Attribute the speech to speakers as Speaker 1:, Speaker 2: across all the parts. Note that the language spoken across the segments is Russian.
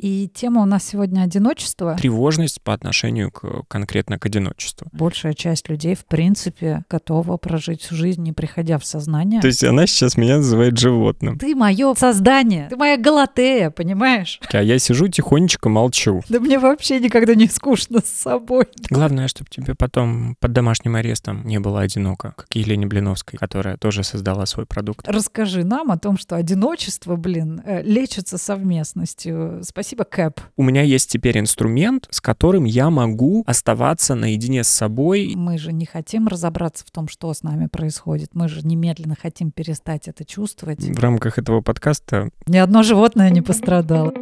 Speaker 1: И тема у нас сегодня одиночество.
Speaker 2: Тревожность по отношению конкретно к одиночеству.
Speaker 1: Большая часть людей, в принципе, готова прожить всю жизнь, не приходя в сознание.
Speaker 2: То есть она сейчас меня называет животным.
Speaker 1: Ты мое создание, ты моя Галатея, понимаешь?
Speaker 2: А я сижу тихонечко молчу.
Speaker 1: Да мне вообще никогда не скучно с собой.
Speaker 2: Главное, чтобы тебе потом под домашним арестом не было одиноко, как Елене Блиновской, которая тоже создала свой продукт.
Speaker 1: Расскажи нам о том, что одиночество, лечится совместностью. Спасибо, Кэп.
Speaker 2: У меня есть теперь инструмент, с которым я могу оставаться наедине с собой.
Speaker 1: Мы же не хотим разобраться в том, что с нами происходит. Мы же немедленно хотим перестать это чувствовать.
Speaker 2: В рамках этого подкаста
Speaker 1: Ни одно животное не пострадало.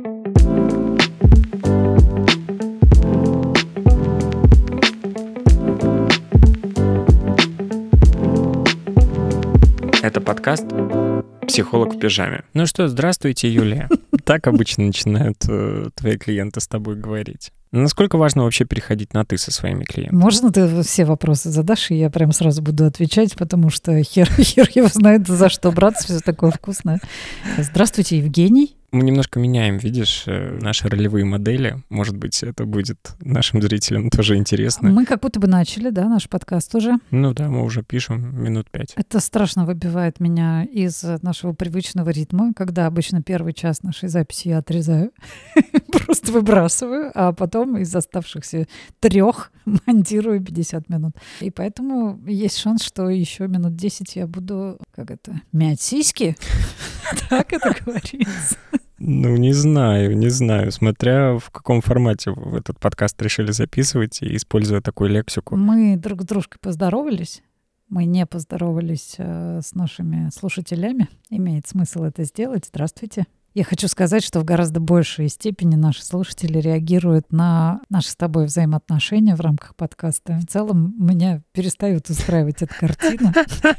Speaker 2: это подкаст «Психолог в пижаме». Ну что, здравствуйте, Юлия. Так обычно начинают твои клиенты с тобой говорить. Насколько важно вообще переходить на «ты» со своими клиентами?
Speaker 1: Можно ты все вопросы задашь, и я прям сразу буду отвечать, потому что хер его знает, за что браться, все такое вкусное. Здравствуйте, Евгений.
Speaker 2: Мы немножко меняем, видишь, наши ролевые модели. Может быть, это будет нашим зрителям тоже интересно.
Speaker 1: Мы как будто бы начали, да, наш подкаст уже.
Speaker 2: Ну да, мы уже пишем минут 5.
Speaker 1: Это страшно выбивает меня из нашего привычного ритма, когда обычно первый час нашей записи я отрезаю, просто выбрасываю, а потом из оставшихся 3 монтирую 50 минут. И поэтому есть шанс, что еще минут 10 я буду, мять сиськи? Так это говорится.
Speaker 2: Ну, не знаю, смотря в каком формате вы этот подкаст решили записывать и используя такую лексику.
Speaker 1: Мы друг с дружкой поздоровались. Мы не поздоровались с нашими слушателями. Имеет смысл это сделать. Здравствуйте. Я хочу сказать, что в гораздо большей степени наши слушатели реагируют на наши с тобой взаимоотношения в рамках подкаста. В целом меня перестает устраивать эта картина.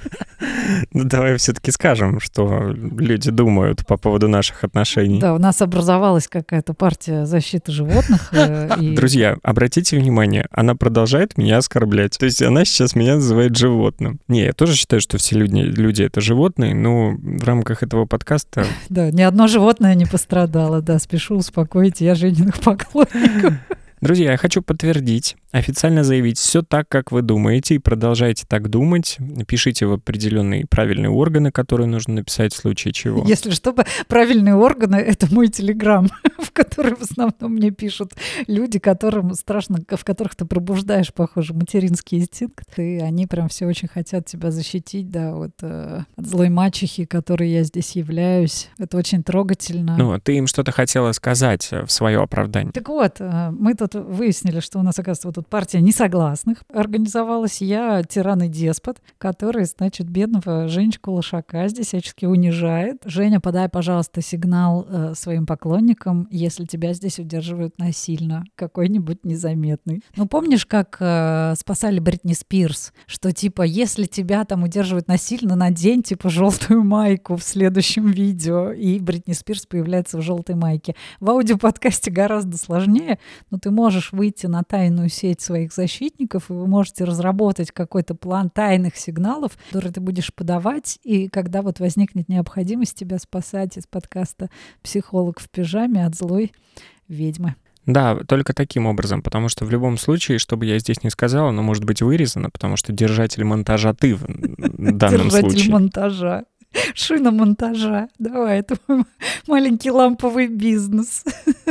Speaker 2: Ну, давай все-таки скажем, что люди думают по поводу наших отношений.
Speaker 1: Да, у нас образовалась какая-то партия защиты животных.
Speaker 2: Друзья, обратите внимание, она продолжает меня оскорблять. То есть она сейчас меня называет животным. Не, я тоже считаю, что все люди это животные, но в рамках этого подкаста...
Speaker 1: Да, ни одно животное не пострадало, да, спешу успокоить я Жениных поклонников.
Speaker 2: Друзья, я хочу подтвердить, официально заявить, все так, как вы думаете, и продолжайте так думать. Пишите в определенные правильные органы, которые нужно написать в случае чего.
Speaker 1: Если что, правильные органы — это мой телеграм, в который в основном мне пишут люди, которым страшно, в которых ты пробуждаешь, похоже, материнский инстинкт, и они прям все очень хотят тебя защитить, да, от злой мачехи, которой я здесь являюсь. Это очень трогательно.
Speaker 2: Ну, ты им что-то хотела сказать в свое оправдание.
Speaker 1: Так вот, мы тут выяснили, что у нас, оказывается, вот тут партия несогласных организовалась. Я тиран и деспот, который, значит, бедного Женечку Лошака здесь всячески унижает. Женя, подай, пожалуйста, сигнал своим поклонникам, если тебя здесь удерживают насильно, какой-нибудь незаметный. Ну, помнишь, как спасали Бритни Спирс, что, типа, если тебя там удерживают насильно, надень, типа, желтую майку в следующем видео, и Бритни Спирс появляется в желтой майке. В аудиоподкасте гораздо сложнее, но ты можешь выйти на тайную сеть своих защитников, и вы можете разработать какой-то план тайных сигналов, которые ты будешь подавать, и когда вот возникнет необходимость тебя спасать из подкаста «Психолог в пижаме» от злой ведьмы.
Speaker 2: Да, только таким образом, потому что в любом случае, что бы я здесь не сказал, оно может быть вырезано, потому что держатель монтажа ты в данном случае.
Speaker 1: Держатель монтажа. Шина монтажа. Давай, это маленький ламповый бизнес.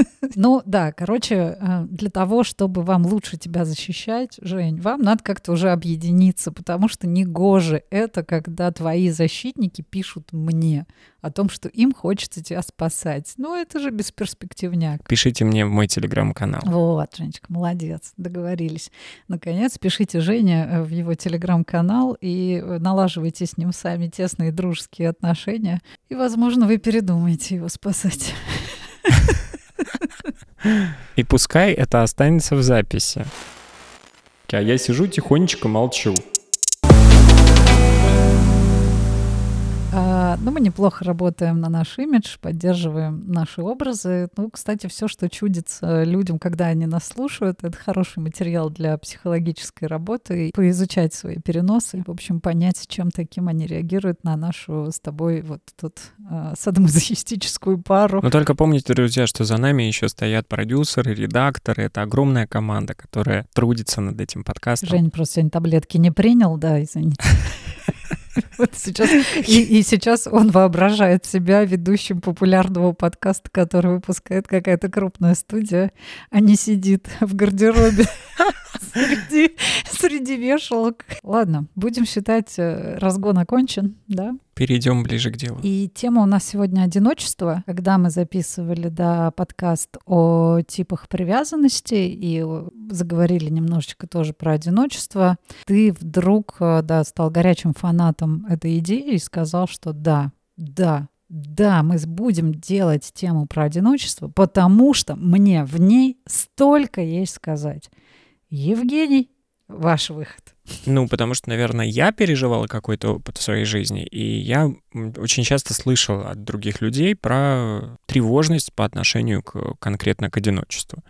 Speaker 1: Ну да, короче, для того, чтобы вам лучше тебя защищать, Жень, вам надо как-то уже объединиться, потому что негоже это, когда твои защитники пишут мне о том, что им хочется тебя спасать. Ну это же бесперспективняк.
Speaker 2: Пишите мне в мой телеграм-канал.
Speaker 1: Вот, Женечка, молодец, договорились. Наконец, пишите Жене в его телеграм-канал и налаживайте с ним сами тесные дружеские отношения. И, возможно, вы передумаете его спасать.
Speaker 2: И пускай это останется в записи. А я сижу тихонечко молчу.
Speaker 1: Но мы неплохо работаем на наш имидж, поддерживаем наши образы. Ну, кстати, все, что чудится людям, когда они нас слушают, это хороший материал для психологической работы. И поизучать свои переносы, в общем, понять, чем таким они реагируют на нашу с тобой вот тут садомазохистическую пару.
Speaker 2: Но только помните, друзья, что за нами еще стоят продюсеры, редакторы. Это огромная команда, которая трудится над этим подкастом.
Speaker 1: Жень просто сегодня таблетки не принял, да, извините. Вот сейчас, и сейчас он воображает себя ведущим популярного подкаста, который выпускает какая-то крупная студия, а не сидит в гардеробе среди вешалок. Ладно, будем считать, разгон окончен, да?
Speaker 2: Перейдем ближе к делу.
Speaker 1: И тема у нас сегодня одиночество. Когда мы записывали подкаст о типах привязанности и заговорили немножечко тоже про одиночество, ты вдруг стал горячим фанатом этой идеи и сказал, что да, мы будем делать тему про одиночество, потому что мне в ней столько есть сказать. Евгений, ваш выход.
Speaker 2: Ну, потому что, наверное, я переживал какой-то опыт в своей жизни, и я очень часто слышал от других людей про тревожность по отношению конкретно к одиночеству.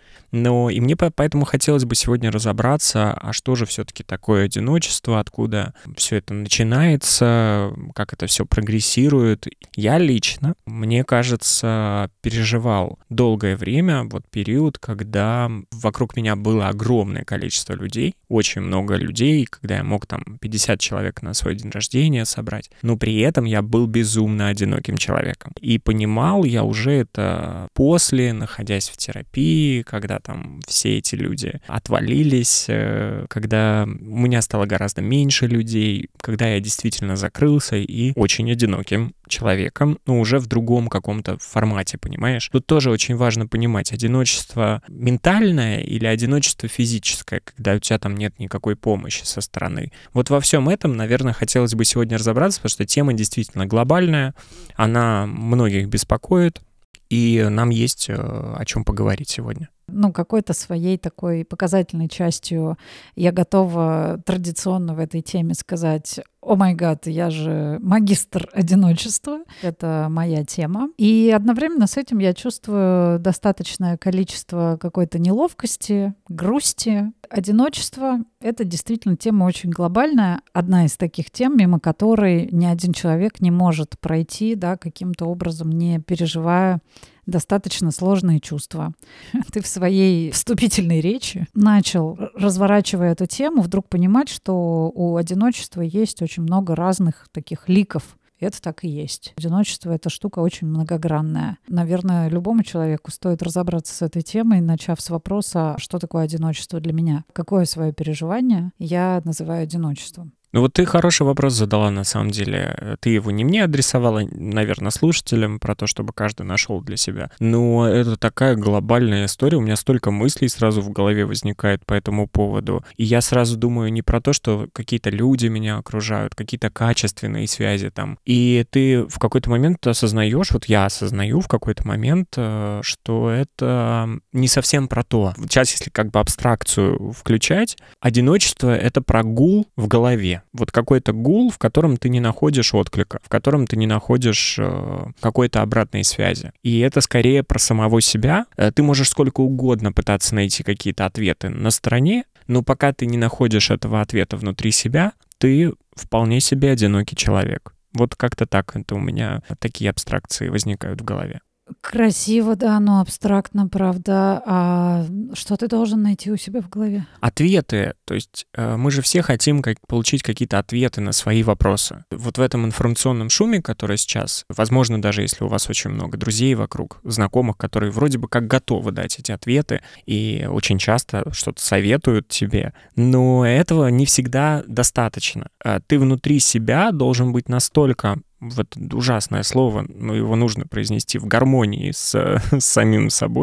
Speaker 2: И мне поэтому хотелось бы сегодня разобраться, а что же все-таки такое одиночество, откуда все это начинается, как это все прогрессирует. Я лично, мне кажется, переживал долгое время период, когда вокруг меня было огромное количество людей, очень много людей, когда я мог 50 человек на свой день рождения собрать, но при этом я был безумно одиноким человеком. И понимал я уже это после, находясь в терапии, когда все эти люди отвалились, когда у меня стало гораздо меньше людей, когда я действительно закрылся и очень одиноким человеком, уже в другом каком-то формате, понимаешь? Тут тоже очень важно понимать, одиночество ментальное или одиночество физическое, когда у тебя нет никакой помощи со стороны. Вот во всем этом, наверное, хотелось бы сегодня разобраться, потому что тема действительно глобальная, она многих беспокоит, и нам есть о чем поговорить сегодня.
Speaker 1: Какой-то своей такой показательной частью я готова традиционно в этой теме сказать: «О май гад, я же магистр одиночества». Это моя тема. И одновременно с этим я чувствую достаточное количество какой-то неловкости, грусти. Одиночество — это действительно тема очень глобальная. Одна из таких тем, мимо которой ни один человек не может пройти, каким-то образом не переживая достаточно сложные чувства. Ты в своей вступительной речи начал, разворачивая эту тему, вдруг понимать, что у одиночества есть очень много разных таких ликов. И это так и есть. Одиночество — это штука очень многогранная. Наверное, любому человеку стоит разобраться с этой темой, начав с вопроса, что такое одиночество для меня. Какое свое переживание я называю одиночеством.
Speaker 2: Ты хороший вопрос задала, на самом деле. Ты его не мне адресовала, наверное, слушателям, про то, чтобы каждый нашел для себя. Но это такая глобальная история. У меня столько мыслей сразу в голове возникает по этому поводу. И я сразу думаю не про то, что какие-то люди меня окружают, какие-то качественные связи . И ты в какой-то момент осознаешь, я осознаю в какой-то момент, что это не совсем про то. Сейчас, если абстракцию включать, одиночество — это про гул в голове. Какой-то гул, в котором ты не находишь отклика, в котором ты не находишь какой-то обратной связи. И это скорее про самого себя. Ты можешь сколько угодно пытаться найти какие-то ответы на стороне, но пока ты не находишь этого ответа внутри себя, ты вполне себе одинокий человек. Как-то так это у меня такие абстракции возникают в голове.
Speaker 1: Красиво, да, но абстрактно, правда. А что ты должен найти у себя в голове?
Speaker 2: Ответы. То есть мы же все хотим получить какие-то ответы на свои вопросы. В этом информационном шуме, который сейчас, возможно, даже если у вас очень много друзей вокруг, знакомых, которые вроде бы как готовы дать эти ответы и очень часто что-то советуют тебе, но этого не всегда достаточно. Ты внутри себя должен быть настолько, ужасное слово, но его нужно произнести, в гармонии с самим собой,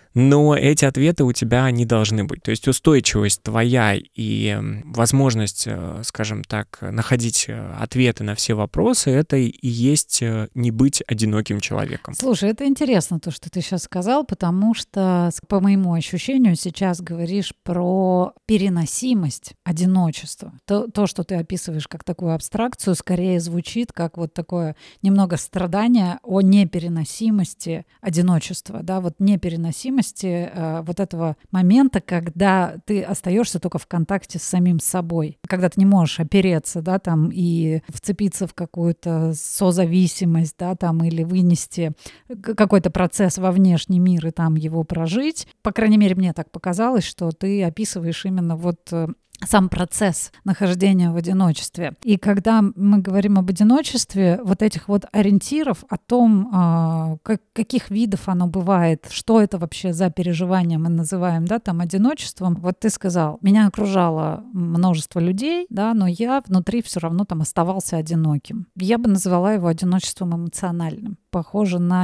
Speaker 2: но эти ответы у тебя не должны быть. То есть устойчивость твоя и возможность, скажем так, находить ответы на все вопросы — это и есть не быть одиноким человеком.
Speaker 1: Слушай, это интересно, то, что ты сейчас сказал, потому что, по моему ощущению, сейчас говоришь про переносимость одиночества. То, что ты описываешь как такую абстракцию, скорее звучит как вот такое немного страдание о непереносимости одиночества, да, вот непереносимости вот этого момента, когда ты остаешься только в контакте с самим собой, когда ты не можешь опереться, да, там, и вцепиться в какую-то созависимость, да, там, или вынести какой-то процесс во внешний мир и там его прожить. По крайней мере, мне так показалось, что ты описываешь именно вот сам процесс нахождения в одиночестве. И когда мы говорим об одиночестве, вот этих вот ориентиров о том, каких видов оно бывает, что это вообще за переживание мы называем, да, там, одиночеством. Вот ты сказал, меня окружало множество людей, да, но я внутри все равно там оставался одиноким. Я бы назвала его одиночеством эмоциональным. Похоже на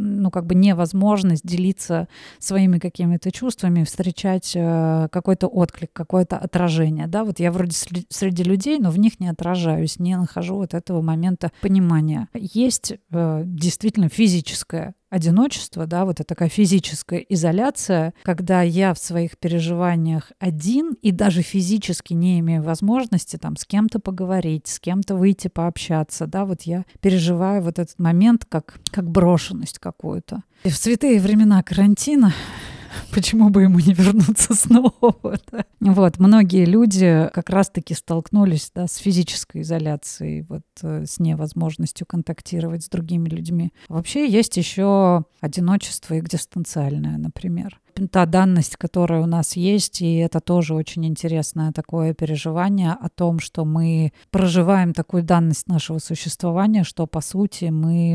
Speaker 1: невозможность делиться своими какими-то чувствами, встречать какой-то отклик, какое-то отражение. Да, вот я вроде среди людей, но в них не отражаюсь, не нахожу вот этого момента понимания. Есть действительно физическое одиночество, да, вот это такая физическая изоляция, когда я в своих переживаниях один и даже физически не имею возможности там с кем-то поговорить, с кем-то выйти пообщаться, да, вот я переживаю вот этот момент как брошенность какую-то. И в святые времена карантина почему бы ему не вернуться снова? Да? Вот, многие люди как раз-таки столкнулись, да, с физической изоляцией, вот, с невозможностью контактировать с другими людьми. Вообще есть еще одиночество экзистенциальное, например. Та данность, которая у нас есть, и это тоже очень интересное такое переживание о том, что мы проживаем такую данность нашего существования, что, по сути,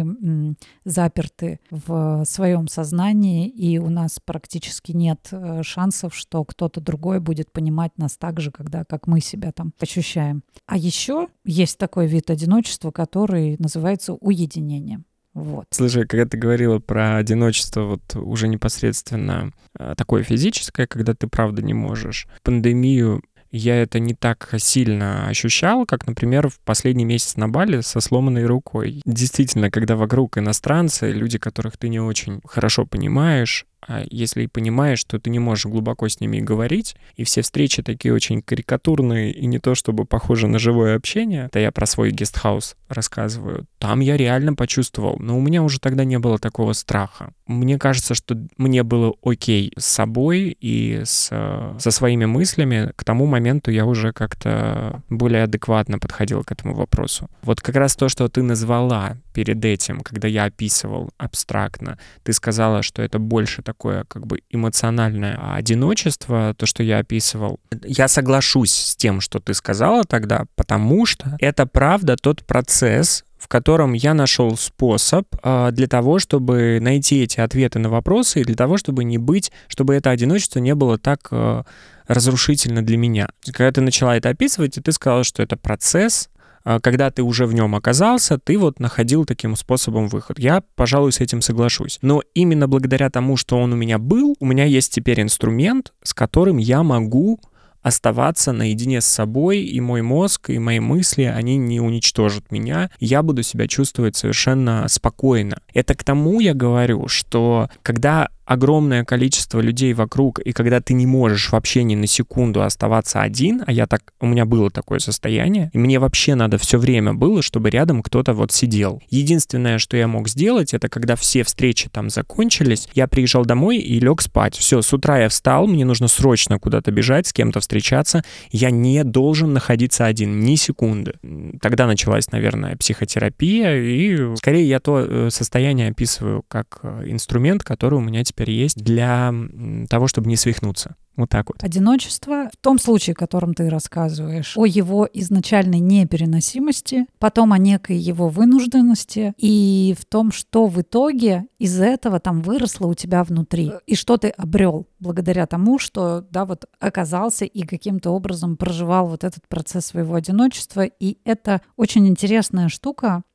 Speaker 1: мы заперты в своем сознании, и у нас практически нет шансов, что кто-то другой будет понимать нас так же, как мы себя там ощущаем. А еще есть такой вид одиночества, который называется уединение. Вот.
Speaker 2: Слушай, когда ты говорила про одиночество, вот уже непосредственно такое физическое, когда ты правда не можешь. В пандемию я это не так сильно ощущал, как, например, в последний месяц на Бали со сломанной рукой. Действительно, когда вокруг иностранцы, люди, которых ты не очень хорошо понимаешь, а если и понимаешь, что ты не можешь глубоко с ними говорить, и все встречи такие очень карикатурные и не то чтобы похожи на живое общение, это я про свой гестхаус рассказываю, там я реально почувствовал, но у меня уже тогда не было такого страха. Мне кажется, что мне было окей с собой и со своими мыслями. К тому моменту я уже как-то более адекватно подходил к этому вопросу. Вот как раз то, что ты назвала перед этим, когда я описывал абстрактно, ты сказала, что это больше такое как бы эмоциональное одиночество, то, что я описывал. Я соглашусь с тем, что ты сказала тогда, потому что это правда тот процесс, в котором я нашел способ для того, чтобы найти эти ответы на вопросы, и для того, чтобы чтобы это одиночество не было так разрушительно для меня. Когда ты начала это описывать, и ты сказала, что это процесс, когда ты уже в нем оказался, ты вот находил таким способом выход. Я, пожалуй, с этим соглашусь. Но именно благодаря тому, что он у меня был, у меня есть теперь инструмент, с которым я могу оставаться наедине с собой, и мой мозг, и мои мысли, они не уничтожат меня. Я буду себя чувствовать совершенно спокойно. Это к тому я говорю, что когда огромное количество людей вокруг, и когда ты не можешь вообще ни на секунду оставаться один, у меня было такое состояние, и мне вообще надо все время было, чтобы рядом кто-то вот сидел. Единственное, что я мог сделать, это когда все встречи там закончились, я приезжал домой и лег спать. Все, с утра я встал, мне нужно срочно куда-то бежать, с кем-то встречаться, я не должен находиться один ни секунды. Тогда началась, наверное, психотерапия, и скорее я то состояние описываю как инструмент, который у меня теперь есть для того, чтобы не свихнуться. Вот так вот.
Speaker 1: Одиночество в том случае, о котором ты рассказываешь, о его изначальной непереносимости, потом о некой его вынужденности и в том, что в итоге из этого там выросло у тебя внутри и что ты обрел благодаря тому, что оказался и каким-то образом проживал вот этот процесс своего одиночества. И это очень интересная штука,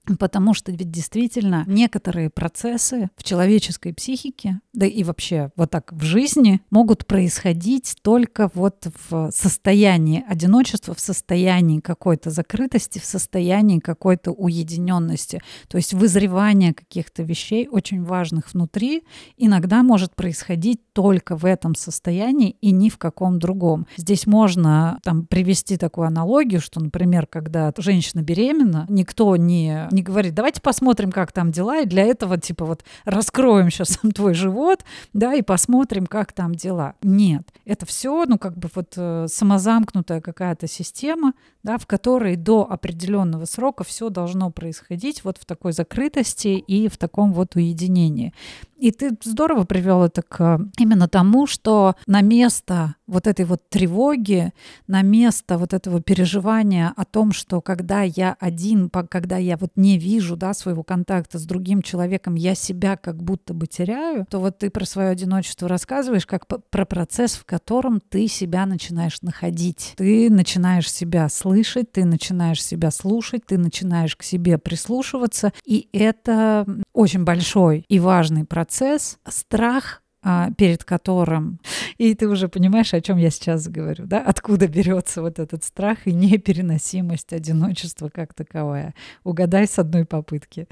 Speaker 1: Потому что ведь действительно некоторые процессы в человеческой психике, да и вообще вот так в жизни, могут происходить только вот в состоянии одиночества, в состоянии какой-то закрытости, в состоянии какой-то уединенности. То есть вызревание каких-то вещей, очень важных внутри, иногда может происходить только в этом состоянии и ни в каком другом. Здесь можно там привести такую аналогию, что, например, когда женщина беременна, никто не говорит: давайте посмотрим, как там дела, и для этого типа вот раскроем сейчас твой живот, да, и посмотрим, как там дела. Нет, это все, ну как бы вот самозамкнутая какая-то система, да, в которой до определенного срока все должно происходить вот в такой закрытости и в таком вот уединении. И ты здорово привел это к именно тому, что на место вот этой вот тревоги, на место вот этого переживания о том, что когда я один, когда я вот не вижу, да, своего контакта с другим человеком, я себя как будто бы теряю, то вот ты про свое одиночество рассказываешь как про процесс, в котором ты себя начинаешь находить. Ты начинаешь себя слышать, ты начинаешь себя слушать, ты начинаешь к себе прислушиваться, и это очень большой и важный процесс. Страх, перед которым, и ты уже понимаешь, о чем я сейчас говорю, да, откуда берется вот этот страх и непереносимость одиночества как таковая. Угадай с одной попытки.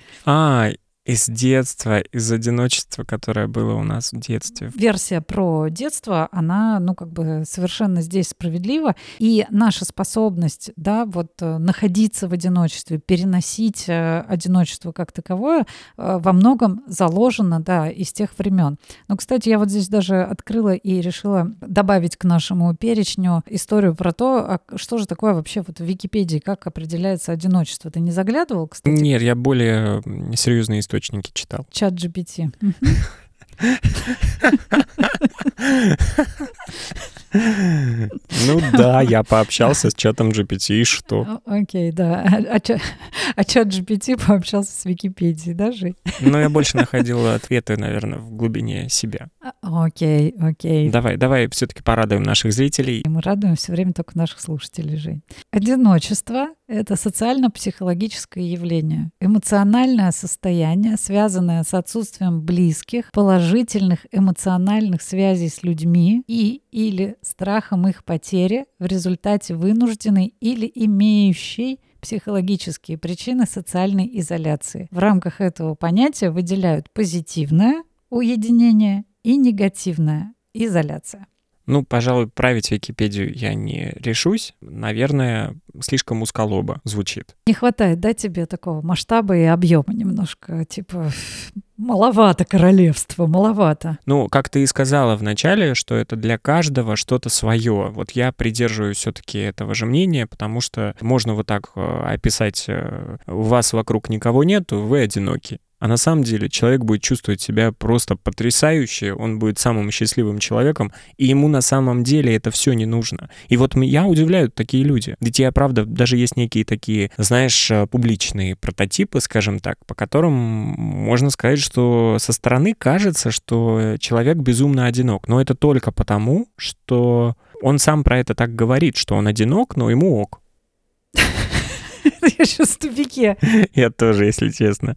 Speaker 2: Из детства, из одиночества, которое было у нас в детстве.
Speaker 1: Версия про детство, она, ну, как бы совершенно здесь справедлива. И наша способность, да, вот находиться в одиночестве, переносить одиночество как таковое во многом заложено, да, из тех времен. Но, кстати, я вот здесь даже открыла и решила добавить к нашему перечню историю про то, что же такое вообще вот в Википедии, как определяется одиночество. Ты не заглядывал, кстати?
Speaker 2: Нет, я более серьезные источники читал.
Speaker 1: Чат GPT.
Speaker 2: Ну да, я пообщался с чатом GPT, и что?
Speaker 1: Окей, да. А чат GPT пообщался с Википедией, да, Жень?
Speaker 2: Ну, я больше находил ответы, наверное, в глубине себя.
Speaker 1: Окей.
Speaker 2: Давай все-таки порадуем наших зрителей.
Speaker 1: Мы радуем все время только наших слушателей, Жень. Одиночество — это социально-психологическое явление, эмоциональное состояние, связанное с отсутствием близких, положительных эмоциональных связей с людьми или страхом их потери в результате вынужденной или имеющей психологические причины социальной изоляции. В рамках этого понятия выделяют позитивное уединение и негативная изоляция.
Speaker 2: Ну, пожалуй, править Википедию я не решусь. Наверное, слишком узколобо звучит.
Speaker 1: Не хватает, да, тебе такого масштаба и объема немножко, типа, маловато королевства, маловато.
Speaker 2: Ну, как ты и сказала в начале, что это для каждого что-то свое. Вот я придерживаюсь все-таки этого же мнения, потому что можно вот так описать: у вас вокруг никого нету, вы одиноки. А на самом деле человек будет чувствовать себя просто потрясающе, он будет самым счастливым человеком, и ему на самом деле это все не нужно. И вот меня удивляют такие люди. Ведь я, правда, даже есть некие такие, знаешь, публичные прототипы, скажем так, по которым можно сказать, что со стороны кажется, что человек безумно одинок. Но это только потому, что он сам про это так говорит, что он одинок, но ему ок.
Speaker 1: Я сейчас в тупике.
Speaker 2: Я тоже, если честно.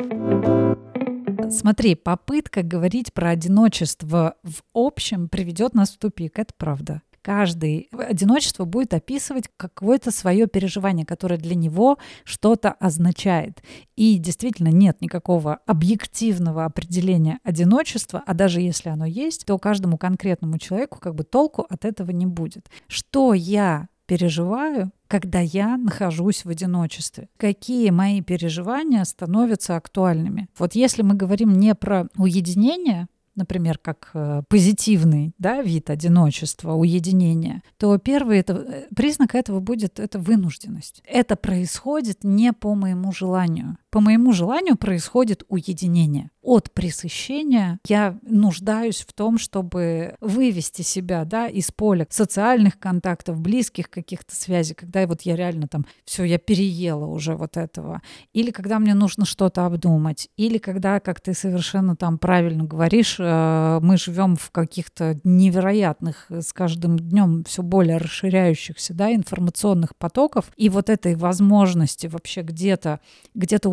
Speaker 1: Смотри, попытка говорить про одиночество в общем приведет нас в тупик, это правда. Каждый одиночество будет описывать какое-то свое переживание, которое для него что-то означает. И действительно нет никакого объективного определения одиночества, а даже если оно есть, то каждому конкретному человеку как бы толку от этого не будет. Что я переживаю, когда я нахожусь в одиночестве? Какие мои переживания становятся актуальными? Вот если мы говорим не про уединение, например, как позитивный, да, вид одиночества, уединения, то первый признак этого будет вынужденность. Это происходит не по моему желанию. По моему желанию происходит уединение. От пресыщения я нуждаюсь в том, чтобы вывести себя, да, из поля социальных контактов, близких каких-то связей, когда вот я реально там все, я переела уже вот этого. Или когда мне нужно что-то обдумать. Или когда, как ты совершенно там правильно говоришь, мы живем в каких-то невероятных, с каждым днем все более расширяющихся, да, информационных потоков. И вот этой возможности вообще где-то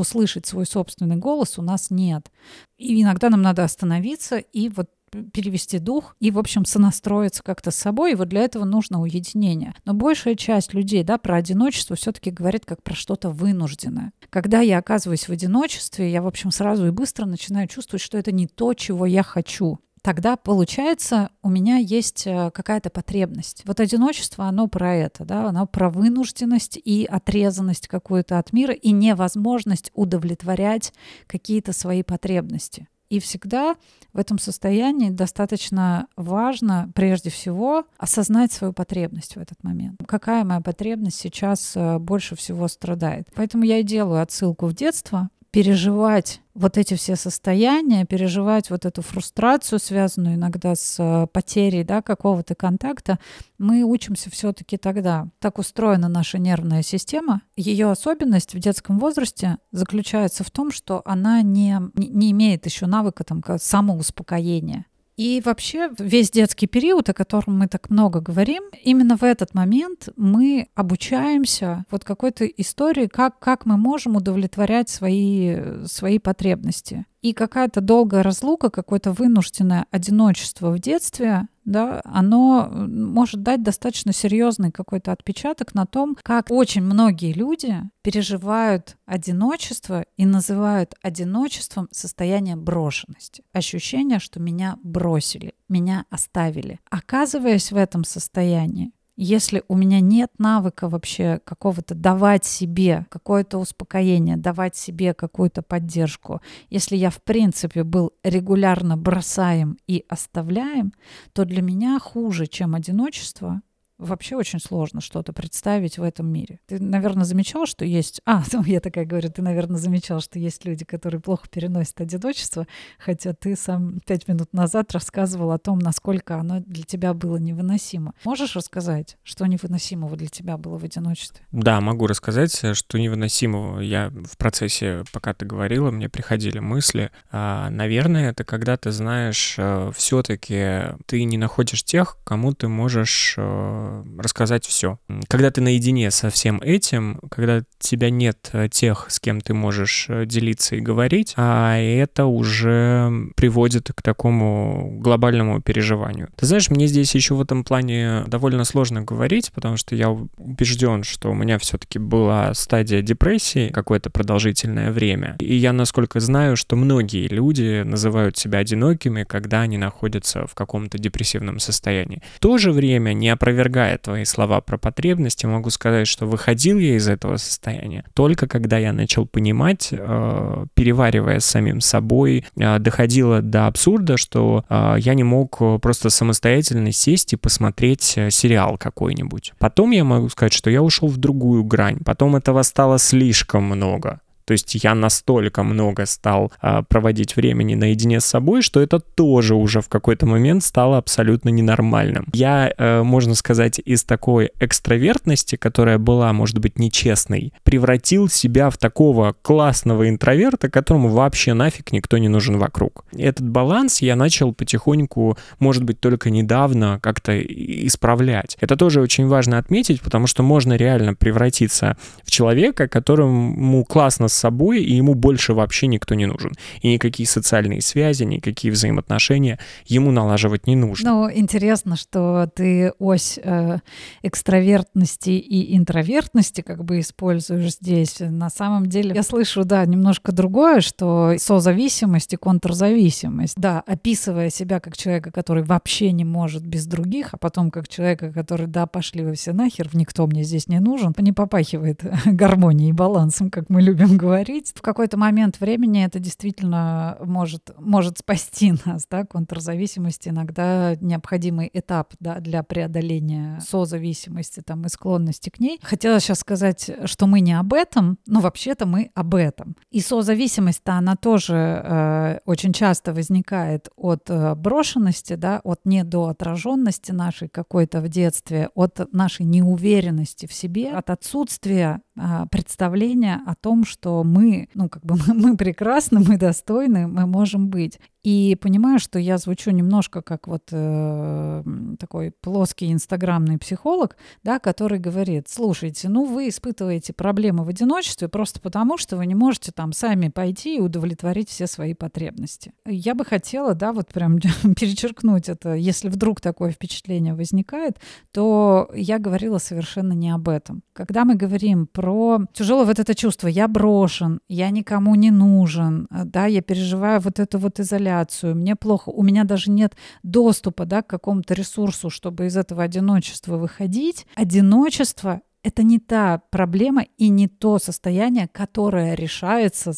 Speaker 1: услышать свой собственный голос у нас нет. И иногда нам надо остановиться и вот перевести дух и, в общем, сонастроиться как-то с собой. И вот для этого нужно уединение. Но большая часть людей, да, про одиночество все-таки говорит как про что-то вынужденное. Когда я оказываюсь в одиночестве, я, в общем, сразу и быстро начинаю чувствовать, что это не то, чего я хочу. Тогда, получается, у меня есть какая-то потребность. Вот одиночество, оно про это, да, оно про вынужденность и отрезанность какую-то от мира и невозможность удовлетворять какие-то свои потребности. И всегда в этом состоянии достаточно важно, прежде всего, осознать свою потребность в этот момент. Какая моя потребность сейчас больше всего страдает. Поэтому я и делаю отсылку в детство. Переживать вот эти все состояния, переживать вот эту фрустрацию, связанную иногда с потерей, да, какого-то контакта, мы учимся все-таки тогда. Так устроена наша нервная система. Ее особенность в детском возрасте заключается в том, что она не имеет еще навыка там, самоуспокоения. И вообще весь детский период, о котором мы так много говорим, именно в этот момент мы обучаемся вот какой-то истории, как мы можем удовлетворять свои потребности. И какая-то долгая разлука, какое-то вынужденное одиночество в детстве, да, оно может дать достаточно серьезный какой-то отпечаток на том, как очень многие люди переживают одиночество и называют одиночеством состояние брошенности. Ощущение, что меня бросили, меня оставили. Оказываясь в этом состоянии, если у меня нет навыка вообще какого-то давать себе какое-то успокоение, давать себе какую-то поддержку, если я в принципе был регулярно бросаем и оставляем, то для меня хуже, чем одиночество, вообще очень сложно что-то представить в этом мире. Ты, наверное, замечал, что есть... я такая говорю, ты, наверное, замечал, что есть люди, которые плохо переносят одиночество, хотя ты сам 5 минут назад рассказывал о том, насколько оно для тебя было невыносимо. Можешь рассказать, что невыносимого для тебя было в одиночестве?
Speaker 2: Да, могу рассказать, что невыносимого. Я в процессе, пока ты говорила, мне приходили мысли. Наверное, это когда ты знаешь, все-таки ты не находишь тех, кому ты можешь рассказать все. Когда ты наедине со всем этим, когда тебя нет тех, с кем ты можешь делиться и говорить, это уже приводит к такому глобальному переживанию. Ты знаешь, мне здесь еще в этом плане довольно сложно говорить, потому что я убежден, что у меня все-таки была стадия депрессии какое-то продолжительное время. И я, насколько знаю, что многие люди называют себя одинокими, когда они находятся в каком-то депрессивном состоянии. В то же время, не опровергая твои слова про потребности, могу сказать, что выходил я из этого состояния только когда я начал понимать, переваривая с самим собой, доходило до абсурда, что я не мог просто самостоятельно сесть и посмотреть сериал какой-нибудь. Потом я могу сказать, что я ушел в другую грань. Потом этого стало слишком много. То есть я настолько много стал проводить времени наедине с собой, что это тоже уже в какой-то момент стало абсолютно ненормальным. Я, можно сказать, из такой экстравертности, которая была, может быть, нечестной, превратил себя в такого классного интроверта, которому вообще нафиг никто не нужен вокруг. Этот баланс я начал потихоньку, может быть, только недавно как-то исправлять. Это тоже очень важно отметить, потому что можно реально превратиться в человека, которому классно с собой, и ему больше вообще никто не нужен. И никакие социальные связи, никакие взаимоотношения ему налаживать не нужно.
Speaker 1: Ну, интересно, что ты ось экстравертности и интровертности как бы используешь здесь. На самом деле я слышу, да, немножко другое, что созависимость и контрзависимость. Да, описывая себя как человека, который вообще не может без других, а потом как человека, который, да, пошли вы все нахер, никто мне здесь не нужен, не попахивает гармонией и балансом, как мы любим говорить. В какой-то момент времени это действительно может спасти нас, да, контрзависимость иногда необходимый этап, да, для преодоления созависимости там, и склонности к ней. Хотела сейчас сказать, что мы не об этом, но вообще-то мы об этом. И созависимость-то она тоже очень часто возникает от брошенности, да, от недоотраженности нашей какой-то в детстве, от нашей неуверенности в себе, от отсутствия представления о том, что что мы, мы прекрасны, мы достойны, мы можем быть. И понимаю, что я звучу немножко как такой плоский инстаграмный психолог, да, который говорит: слушайте, вы испытываете проблемы в одиночестве просто потому, что вы не можете там сами пойти и удовлетворить все свои потребности. Я бы хотела, да, вот прям перечеркнуть это, если вдруг такое впечатление возникает, то я говорила совершенно не об этом. Когда мы говорим про тяжелое вот это чувство: я брошен, я никому не нужен, да, я переживаю вот эту вот изоляцию, мне плохо, у меня даже нет доступа, да, к какому-то ресурсу, чтобы из этого одиночества выходить. Одиночество — это не та проблема и не то состояние, которое решается,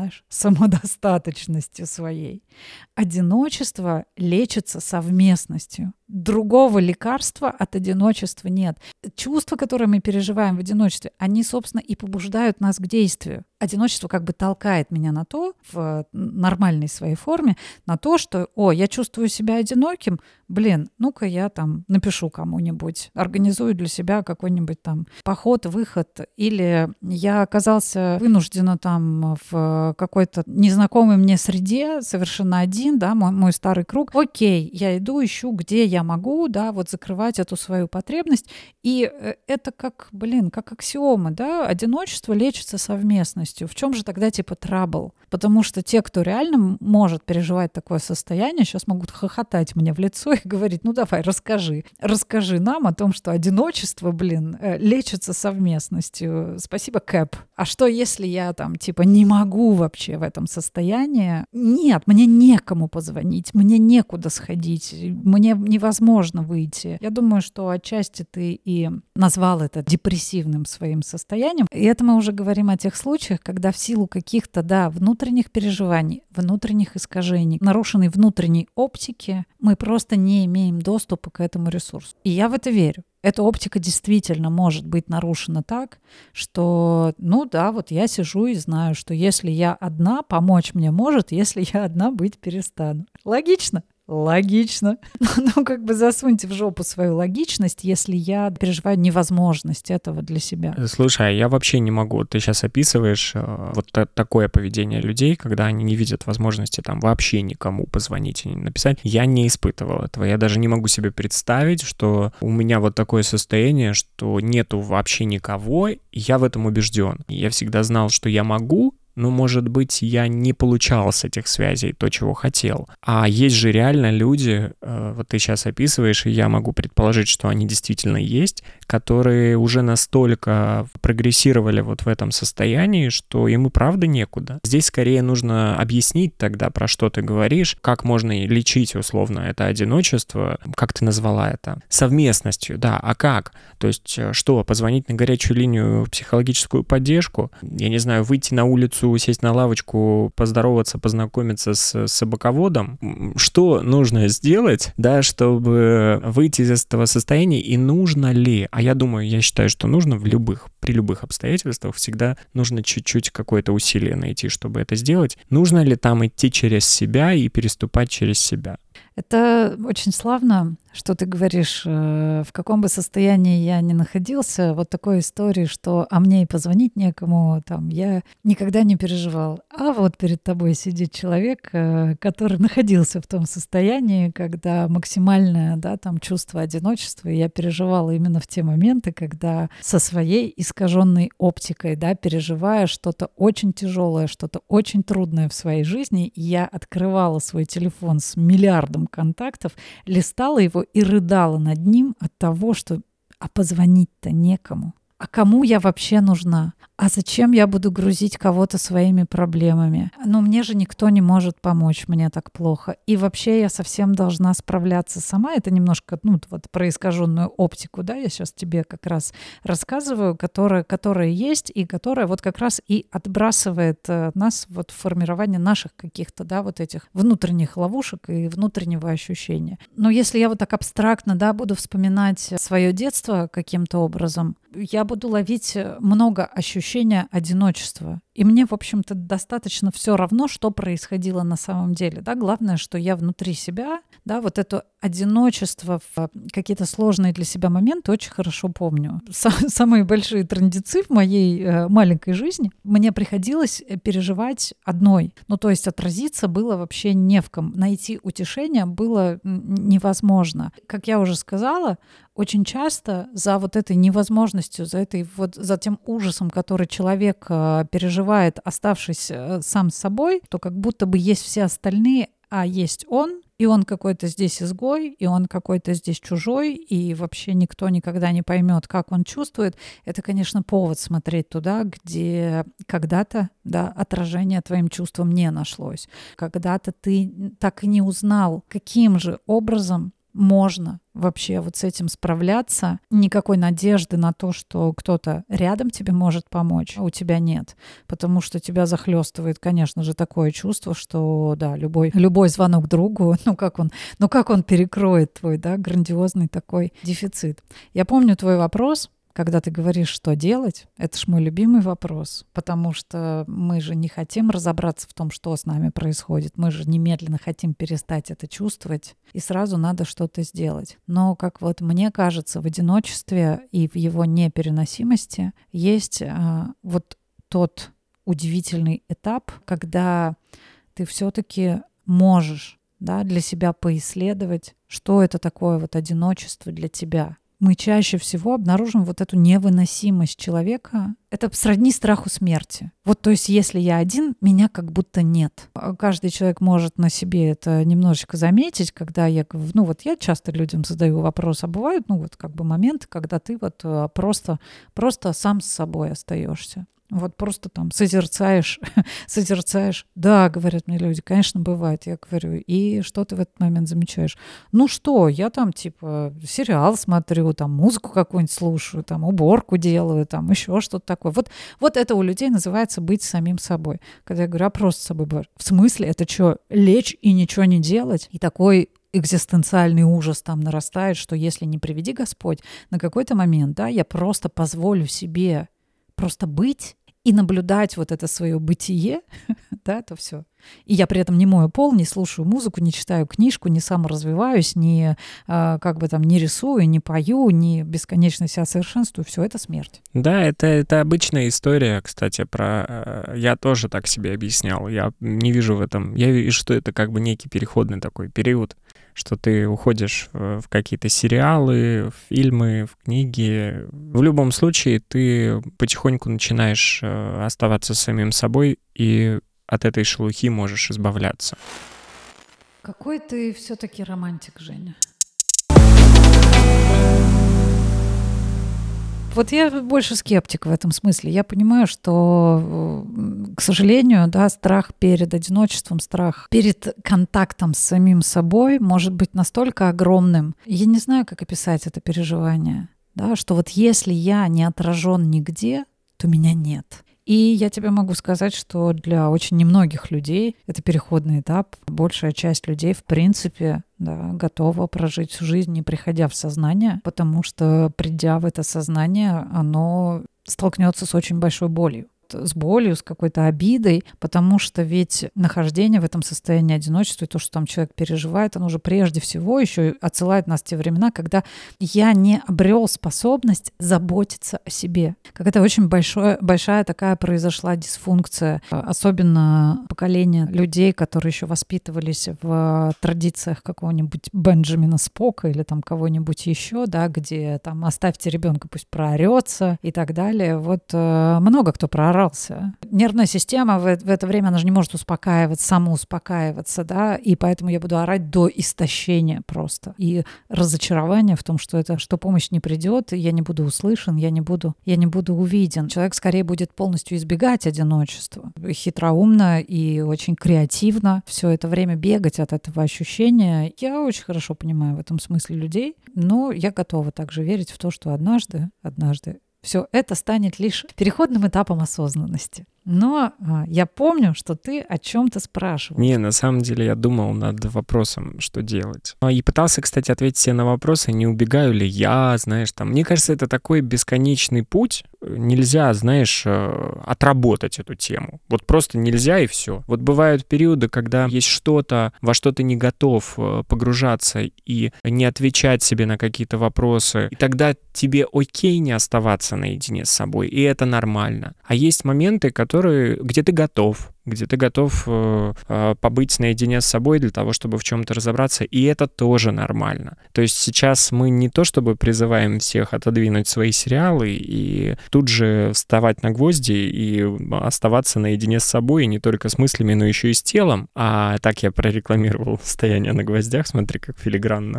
Speaker 1: самодостаточностью своей. Одиночество лечится совместностью. Другого лекарства от одиночества нет. Чувства, которые мы переживаем в одиночестве, они, собственно, и побуждают нас к действию. Одиночество как бы толкает меня на то, в нормальной своей форме, на то, что, я чувствую себя одиноким, ну-ка я там напишу кому-нибудь, организую для себя какой-нибудь там поход, выход, или я оказался вынуждена там в какой-то незнакомой мне среде, совершенно один, да, мой старый круг. Окей, я иду, ищу, где я могу, да, вот закрывать эту свою потребность. И это как аксиома, да, одиночество лечится совместностью. В чем же тогда трабл? Потому что те, кто реально может переживать такое состояние, сейчас могут хохотать мне в лицо и говорить: давай, расскажи нам о том, что одиночество, лечится совместностью. Спасибо, Кэп. А что, если я не могу вообще в этом состоянии? Нет, мне некому позвонить, мне некуда сходить, мне невозможно выйти. Я думаю, что отчасти ты и назвал это депрессивным своим состоянием. И это мы уже говорим о тех случаях, когда в силу каких-то, внутренних переживаний, внутренних искажений, нарушенной внутренней оптики, мы просто не имеем доступа к этому ресурсу. И я в это верю. Эта оптика действительно может быть нарушена так, что, я сижу и знаю, что если я одна, помочь мне может, если я одна, быть перестану. Логично? Логично. Засуньте в жопу свою логичность, если я переживаю невозможность этого для себя.
Speaker 2: Слушай, я вообще не могу. Ты сейчас описываешь такое поведение людей, когда они не видят возможности вообще никому позвонить и написать. Я не испытывал этого. Я даже не могу себе представить, что у меня такое состояние, что нету вообще никого, и я в этом убежден. Я всегда знал, что я могу, но, может быть, я не получал с этих связей то, чего хотел. А есть же реально люди, ты сейчас описываешь, и я могу предположить, что они действительно есть, которые уже настолько прогрессировали в этом состоянии, что им и правда некуда. Здесь скорее нужно объяснить тогда, про что ты говоришь, как можно лечить условно это одиночество, как ты назвала это, совместностью, да, а как? То есть что, позвонить на горячую линию в психологическую поддержку? Я не знаю, выйти на улицу, сесть на лавочку, поздороваться, познакомиться с собаководом. Что нужно сделать, да, чтобы выйти из этого состояния, и нужно ли? А я считаю, что нужно при любых обстоятельствах всегда нужно чуть-чуть какое-то усилие найти, чтобы это сделать. Нужно ли там идти через себя и переступать через себя?
Speaker 1: Это очень славно, что ты говоришь, в каком бы состоянии я ни находился, такой истории, что мне и позвонить некому, я никогда не переживал. А перед тобой сидит человек, который находился в том состоянии, когда максимальное, чувство одиночества, и я переживала именно в те моменты, когда со своей искаженной оптикой, переживая что-то очень тяжелое, что-то очень трудное в своей жизни, я открывала свой телефон с миллиардом контактов, листала его и рыдала над ним от того, что позвонить-то некому. А кому я вообще нужна? А зачем я буду грузить кого-то своими проблемами? Мне же никто не может помочь, мне так плохо. И вообще я совсем должна справляться сама. Это немножко, про искаженную оптику, я сейчас тебе как раз рассказываю, которая есть и которая как раз и отбрасывает нас в формирование наших каких-то, этих внутренних ловушек и внутреннего ощущения. Но если я так абстрактно, буду вспоминать свое детство каким-то образом, я буду ловить много ощущения одиночества. И мне, в общем-то, достаточно все равно, что происходило на самом деле. Да? Главное, что я внутри себя, да, вот это одиночество в какие-то сложные для себя моменты очень хорошо помню. Самые большие трындецы в моей маленькой жизни мне приходилось переживать одной. Ну, то есть отразиться было вообще не в ком. Найти утешение было невозможно. Как я уже сказала, очень часто за вот этой невозможностью, за тем ужасом, который человек переживает, оставшись сам с собой, то как будто бы есть все остальные, а есть он, и он какой-то здесь изгой, и он какой-то здесь чужой, и вообще никто никогда не поймет, как он чувствует. Это, конечно, повод смотреть туда, где когда-то, да, отражение твоим чувствам не нашлось. Когда-то ты так и не узнал, каким же образом можно вообще вот с этим справляться. Никакой надежды на то, что кто-то рядом тебе может помочь, у тебя нет. Потому что тебя захлестывает, конечно же, такое чувство, что да, любой звонок другу, как он перекроет твой, да, грандиозный такой дефицит. Я помню твой вопрос, когда ты говоришь, что делать, это ж мой любимый вопрос, потому что мы же не хотим разобраться в том, что с нами происходит, мы же немедленно хотим перестать это чувствовать, и сразу надо что-то сделать. Но, как вот мне кажется, в одиночестве и в его непереносимости есть вот тот удивительный этап, когда ты все-таки можешь, да, для себя поисследовать, что это такое вот одиночество для тебя. Мы чаще всего обнаружим вот эту невыносимость человека. Это сродни страху смерти. Вот, то есть, если я один, меня как будто нет. Каждый человек может на себе это немножечко заметить, когда я часто людям задаю вопрос, а бывают, моменты, когда ты вот просто сам с собой остаешься. Вот просто там созерцаешь. Да, говорят мне люди, конечно, бывает. Я говорю, и что ты в этот момент замечаешь? Ну что, я там типа сериал смотрю, там музыку какую-нибудь слушаю, там уборку делаю, там еще что-то такое. Вот это у людей называется быть самим собой. Когда я говорю, а просто с собой бываешь. В смысле, это что, лечь и ничего не делать? И такой экзистенциальный ужас там нарастает, что если не приведи Господь, на какой-то момент, да, я просто позволю себе просто быть и наблюдать вот это свое бытие, да, то все. И я при этом не мою пол, не слушаю музыку, не читаю книжку, не саморазвиваюсь, не рисую, не пою, не бесконечно себя совершенствую. Все это смерть.
Speaker 2: Да, это обычная история, кстати, я тоже так себе объяснял. Я не вижу в этом... Я вижу, что это как бы некий переходный такой период, что ты уходишь в какие-то сериалы, в фильмы, в книги. В любом случае ты потихоньку начинаешь оставаться самим собой и от этой шелухи можешь избавляться.
Speaker 1: Какой ты все-таки романтик, Женя. Вот я больше скептик в этом смысле. Я понимаю, что, к сожалению, да, страх перед одиночеством, страх перед контактом с самим собой может быть настолько огромным. Я не знаю, как описать это переживание, да, что вот если я не отражен нигде, то меня нет. И я тебе могу сказать, что для очень немногих людей это переходный этап. Большая часть людей, в принципе, да, готова прожить всю жизнь, не приходя в сознание, потому что, придя в это сознание, оно столкнется с очень большой болью. С болью, с какой-то обидой, потому что ведь нахождение в этом состоянии одиночества и то, что там человек переживает, оно же прежде всего еще отсылает нас в те времена, когда я не обрел способность заботиться о себе. Какая-то очень большая такая произошла дисфункция, особенно поколение людей, которые еще воспитывались в традициях какого-нибудь Бенджамина Спока или там кого-нибудь еще, да, где там оставьте ребенка, пусть проорется и так далее. Вот много кто проорал. Нервная система в это время, она же не может самоуспокаиваться, да, и поэтому я буду орать до истощения просто. И разочарование в том, что помощь не придет, я не буду услышан, я не буду увиден. Человек скорее будет полностью избегать одиночества. Хитроумно и очень креативно все это время бегать от этого ощущения. Я очень хорошо понимаю в этом смысле людей, но я готова также верить в то, что однажды все это станет лишь переходным этапом осознанности. Но я помню, что ты о чем-то спрашивал.
Speaker 2: Не, на самом деле я думал над вопросом, что делать. И пытался, кстати, ответить себе на вопросы, не убегаю ли я, знаешь, там. Мне кажется, это такой бесконечный путь. Нельзя, знаешь, отработать эту тему. Вот просто нельзя и все. Вот бывают периоды, когда есть что-то, во что ты не готов погружаться и не отвечать себе на какие-то вопросы. И тогда тебе окей не оставаться наедине с собой, и это нормально. А есть моменты, где ты готов, побыть наедине с собой для того, чтобы в чем-то разобраться, и это тоже нормально. То есть сейчас мы не то чтобы призываем всех отодвинуть свои сериалы и тут же вставать на гвозди и оставаться наедине с собой, и не только с мыслями, но еще и с телом. А так я прорекламировал стояние на гвоздях, смотри, как филигранно.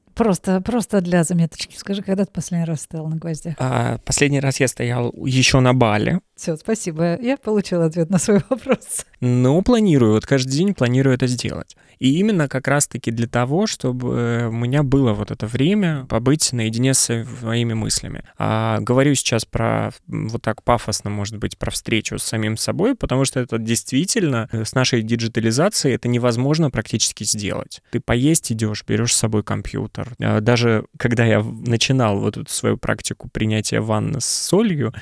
Speaker 1: Просто для заметочки. Скажи, когда ты последний раз стоял на гвоздях?
Speaker 2: Последний раз я стоял еще на Бали.
Speaker 1: Все, спасибо. Я получила ответ на свой вопрос.
Speaker 2: Но планирую, вот каждый день планирую это сделать. И именно как раз-таки для того, чтобы у меня было вот это время побыть наедине с своими мыслями. Говорю сейчас про, вот так пафосно, может быть, про встречу с самим собой, потому что это действительно с нашей диджитализацией это невозможно практически сделать. Ты поесть идешь, берешь с собой компьютер. Даже когда я начинал вот эту свою практику принятия ванны с солью,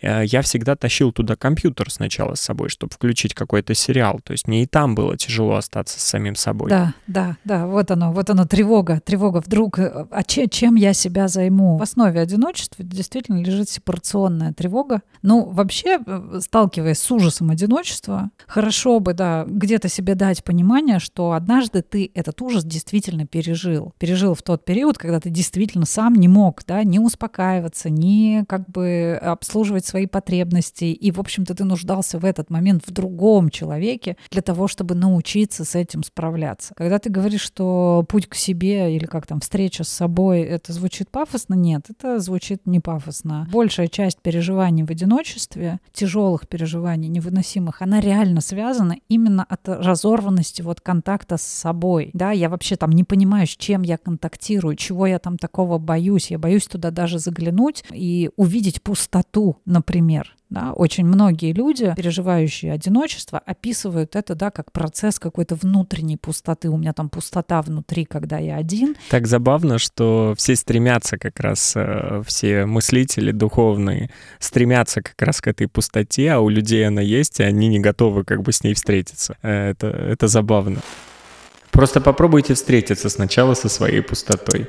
Speaker 2: я всегда тащил туда компьютер сначала с собой, чтобы включить какой-то сериал. То есть мне и там было тяжело остаться с самим собой.
Speaker 1: Да, вот оно, тревога вдруг, чем я себя займу? В основе одиночества действительно лежит сепарационная тревога. Ну, вообще, сталкиваясь с ужасом одиночества, хорошо бы, где-то себе дать понимание, что однажды ты этот ужас действительно пережил. Пережил в тот период, когда ты действительно сам не мог, не успокаиваться, не как бы обслуживать свои потребности. И, в общем-то, ты нуждался в этот момент в другом человеке для того, чтобы научиться с этим справляться. Когда ты говоришь, что путь к себе или как там встреча с собой, это звучит пафосно, нет, это звучит не пафосно. Большая часть переживаний в одиночестве, тяжелых переживаний, невыносимых, она реально связана именно от разорванности вот контакта с собой. Да, я вообще там не понимаю, с чем я контактирую, чего я там такого боюсь. Я боюсь туда даже заглянуть и увидеть пустоту, например. Да, очень многие люди, переживающие одиночество, описывают это, как процесс какой-то внутренней пустоты. У меня там пустота внутри, когда я один.
Speaker 2: Так забавно, что все стремятся как раз, все мыслители духовные, стремятся как раз к этой пустоте, а у людей она есть, и они не готовы как бы с ней встретиться. Это забавно. Просто попробуйте встретиться сначала со своей пустотой.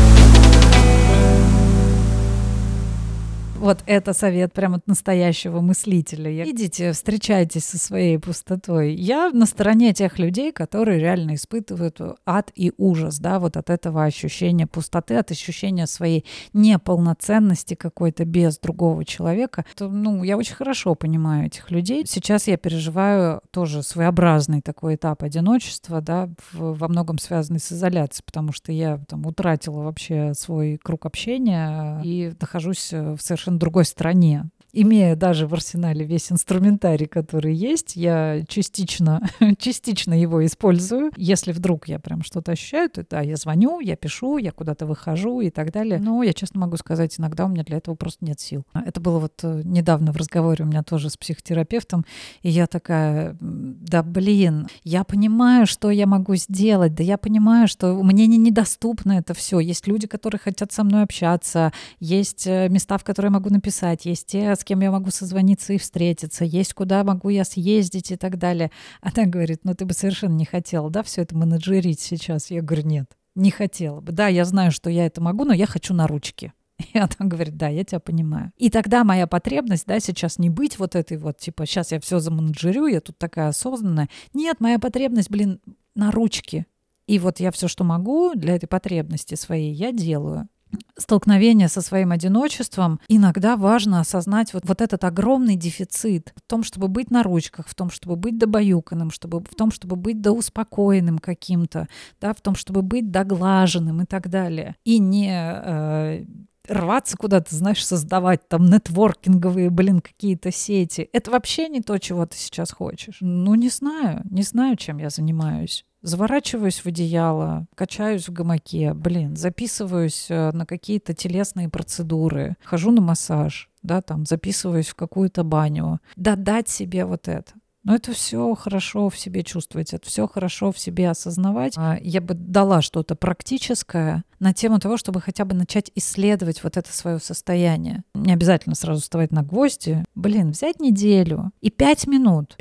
Speaker 1: Вот это совет прямо от настоящего мыслителя. Идите, встречайтесь со своей пустотой. Я на стороне тех людей, которые реально испытывают ад и ужас, вот от этого ощущения пустоты, от ощущения своей неполноценности какой-то без другого человека. Я очень хорошо понимаю этих людей. Сейчас я переживаю тоже своеобразный такой этап одиночества, во многом связанный с изоляцией, потому что я утратила вообще свой круг общения и нахожусь в совершенно другой стране. Имея даже в арсенале весь инструментарий, который есть, я частично его использую. Если вдруг я прям что-то ощущаю, то я звоню, я пишу, я куда-то выхожу и так далее. Но я честно могу сказать, иногда у меня для этого просто нет сил. Это было недавно в разговоре у меня тоже с психотерапевтом, и я такая, я понимаю, что я могу сделать, я понимаю, что мне недоступно это все. Есть люди, которые хотят со мной общаться, есть места, в которые я могу написать, есть те, с кем я могу созвониться и встретиться, есть куда могу я съездить и так далее. Она говорит, ты бы совершенно не хотела, все это менеджерить сейчас? Я говорю, нет, не хотела бы. Я знаю, что я это могу, но я хочу на ручки. И она говорит, я тебя понимаю. И тогда моя потребность, сейчас не быть вот этой сейчас я все заменеджерю, я тут такая осознанная. Нет, моя потребность, на ручки. И я все, что могу для этой потребности своей, я делаю. Столкновение со своим одиночеством, иногда важно осознать вот этот огромный дефицит в том, чтобы быть на ручках, в том, чтобы быть добаюканным, в том, чтобы быть доуспокоенным каким-то, в том, чтобы быть доглаженным и так далее. И не рваться куда-то, знаешь, создавать там нетворкинговые, какие-то сети. Это вообще не то, чего ты сейчас хочешь. Ну, не знаю, чем я занимаюсь. Заворачиваюсь в одеяло, качаюсь в гамаке, записываюсь на какие-то телесные процедуры, хожу на массаж, да, там, записываюсь в какую-то баню. Да, дать себе вот это. Но это все хорошо в себе чувствовать, это все хорошо в себе осознавать. Я бы дала что-то практическое на тему того, чтобы хотя бы начать исследовать вот это свое состояние. Не обязательно сразу вставать на гвозди. Взять неделю и 5 минут,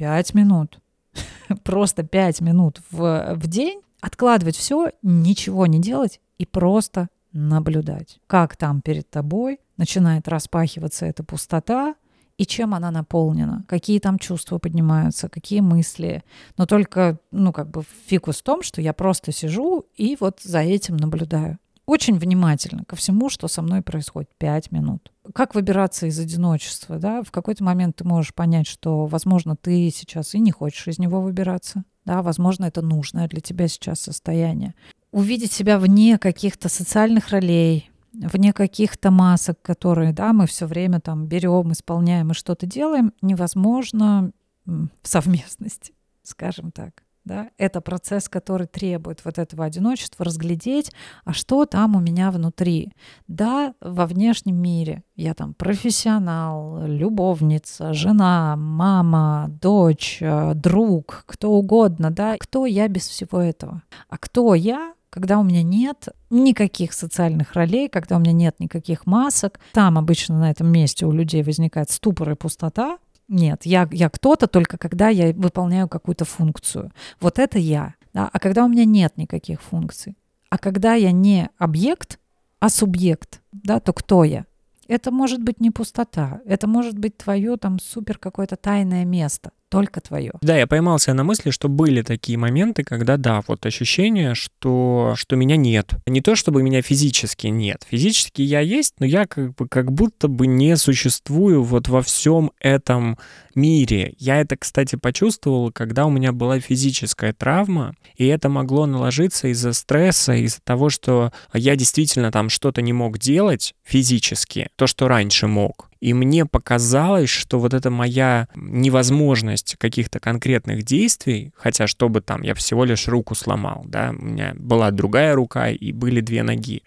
Speaker 1: просто 5 минут в день, откладывать все, ничего не делать и просто наблюдать, как там перед тобой начинает распахиваться эта пустота, и чем она наполнена, какие там чувства поднимаются, какие мысли. Но только, фикус в том, что я просто сижу и вот за этим наблюдаю. Очень внимательно ко всему, что со мной происходит. 5 минут. Как выбираться из одиночества, да? В какой-то момент ты можешь понять, что, возможно, ты сейчас и не хочешь из него выбираться. Да, возможно, это нужное для тебя сейчас состояние. Увидеть себя вне каких-то социальных ролей, вне каких-то масок, которые, да, мы все время там берем, исполняем и что-то делаем, невозможно в совместности, скажем так. Да? Это процесс, который требует вот этого одиночества, разглядеть, а что там у меня внутри. Да, во внешнем мире я там профессионал, любовница, жена, мама, дочь, друг, кто угодно, да. Кто я без всего этого? А кто я, когда у меня нет никаких социальных ролей, когда у меня нет никаких масок? Там обычно на этом месте у людей возникает ступор и пустота. Нет, я кто-то только когда я выполняю какую-то функцию. Вот это я. Да? А когда у меня нет никаких функций, а когда я не объект, а субъект, да, то кто я? Это может быть не пустота, это может быть твое там супер какое-то тайное место, только твое.
Speaker 2: Да, я поймался на мысли, что были такие моменты, когда, да, вот ощущение, что меня нет. Не то, чтобы меня физически нет. Физически я есть, но я как будто бы не существую вот во всем этом мире. Я это, кстати, почувствовал, когда у меня была физическая травма, и это могло наложиться из-за стресса, из-за того, что я действительно там что-то не мог делать физически, то, что раньше мог. И мне показалось, что вот эта моя невозможность каких-то конкретных действий, хотя чтобы там я всего лишь руку сломал, да, у меня была другая рука и были 2 ноги.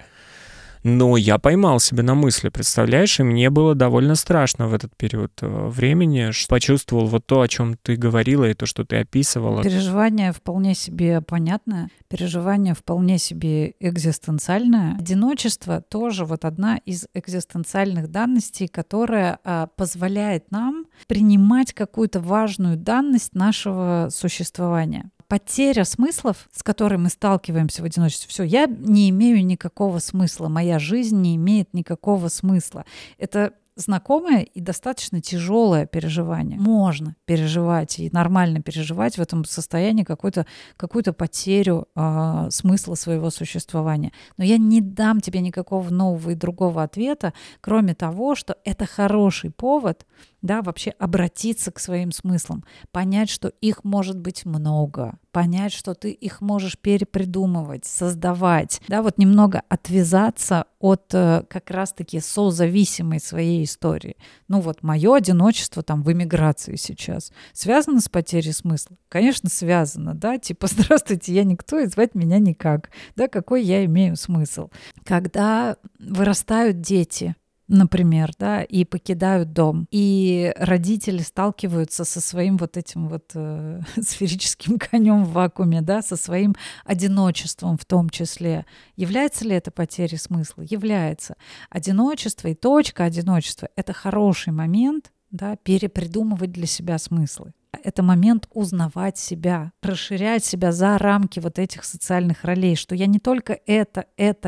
Speaker 2: Но я поймал себя на мысли, представляешь, и мне было довольно страшно в этот период времени, что почувствовал вот то, о чем ты говорила, и то, что ты описывала.
Speaker 1: Переживание вполне себе понятное, переживание вполне себе экзистенциальное. Одиночество тоже вот одна из экзистенциальных данностей, которая позволяет нам принимать какую-то важную данность нашего существования. Потеря смыслов, с которой мы сталкиваемся в одиночестве. Все, я не имею никакого смысла, моя жизнь не имеет никакого смысла. Это знакомое и достаточно тяжелое переживание. Можно переживать и нормально переживать в этом состоянии какую-то потерю смысла своего существования. Но я не дам тебе никакого нового и другого ответа, кроме того, что это хороший повод, да, вообще обратиться к своим смыслам, понять, что их может быть много, понять, что ты их можешь перепридумывать, создавать, да, вот немного отвязаться от как раз-таки созависимой своей истории. Ну вот мое одиночество там в эмиграции сейчас связано с потерей смысла? Конечно, связано, да, типа здравствуйте, я никто и звать меня никак, да, какой я имею смысл? Когда вырастают дети, например, да, и покидают дом, и родители сталкиваются со своим вот этим вот сферическим конем в вакууме, да, со своим одиночеством в том числе. Является ли это потерей смысла? Является. Одиночество и точка одиночества — это хороший момент, да, перепридумывать для себя смыслы. Это момент узнавать себя, расширять себя за рамки вот этих социальных ролей, что я не только это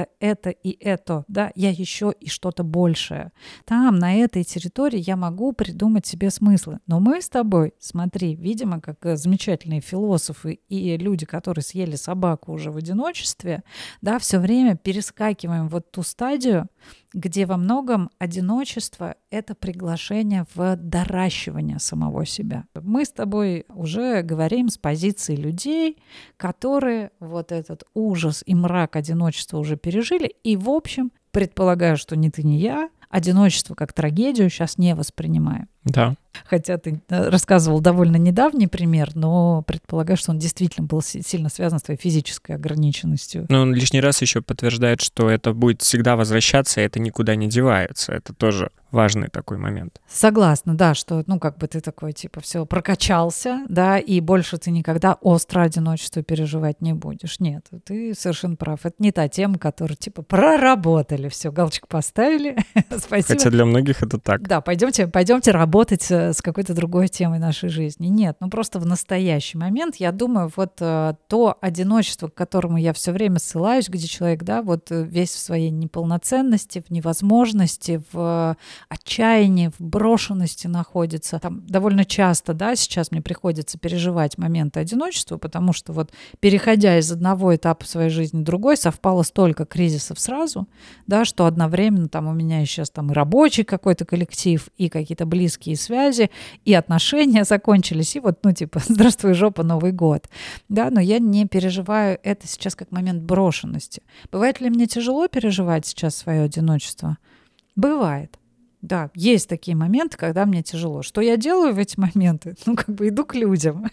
Speaker 1: и это, да, я еще и что-то большее. Там, на этой территории я могу придумать себе смыслы. Но мы с тобой, смотри, видимо, как замечательные философы и люди, которые съели собаку уже в одиночестве, да, все время перескакиваем вот ту стадию, где во многом одиночество — это приглашение в доращивание самого себя. Мы с тобой уже говорим с позиции людей, которые вот этот ужас и мрак одиночества уже пережили и, в общем, предполагаю, что ни ты, ни я одиночество как трагедию сейчас не воспринимаем.
Speaker 2: Да.
Speaker 1: Хотя ты рассказывал довольно недавний пример, но предполагаю, что он действительно был сильно связан с твоей физической ограниченностью.
Speaker 2: Но он лишний раз еще подтверждает, что это будет всегда возвращаться, и это никуда не девается. Это тоже важный такой момент.
Speaker 1: Согласна, да, что, ты такой, все, прокачался, да, и больше ты никогда остро одиночество переживать не будешь. Нет, ты совершенно прав. Это не та тема, которую, проработали, все, галочку поставили, спасибо.
Speaker 2: Хотя для многих это так.
Speaker 1: Да, пойдемте работать с какой-то другой темой нашей жизни. Нет, просто в настоящий момент, я думаю, то одиночество, к которому я все время ссылаюсь, где человек, да, весь в своей неполноценности, в невозможности, в отчаянии, в брошенности находится. Там довольно часто, да, сейчас мне приходится переживать моменты одиночества, потому что переходя из одного этапа своей жизни в другой, совпало столько кризисов сразу, да, что одновременно там у меня сейчас там и рабочий какой-то коллектив, и какие-то близкие связи, и отношения закончились, и здравствуй, жопа, Новый год. Да, но я не переживаю это сейчас как момент брошенности. Бывает ли мне тяжело переживать сейчас свое одиночество? Бывает. Да, есть такие моменты, когда мне тяжело. Что я делаю в эти моменты? Иду к людям.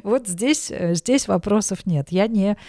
Speaker 1: Здесь вопросов нет. Я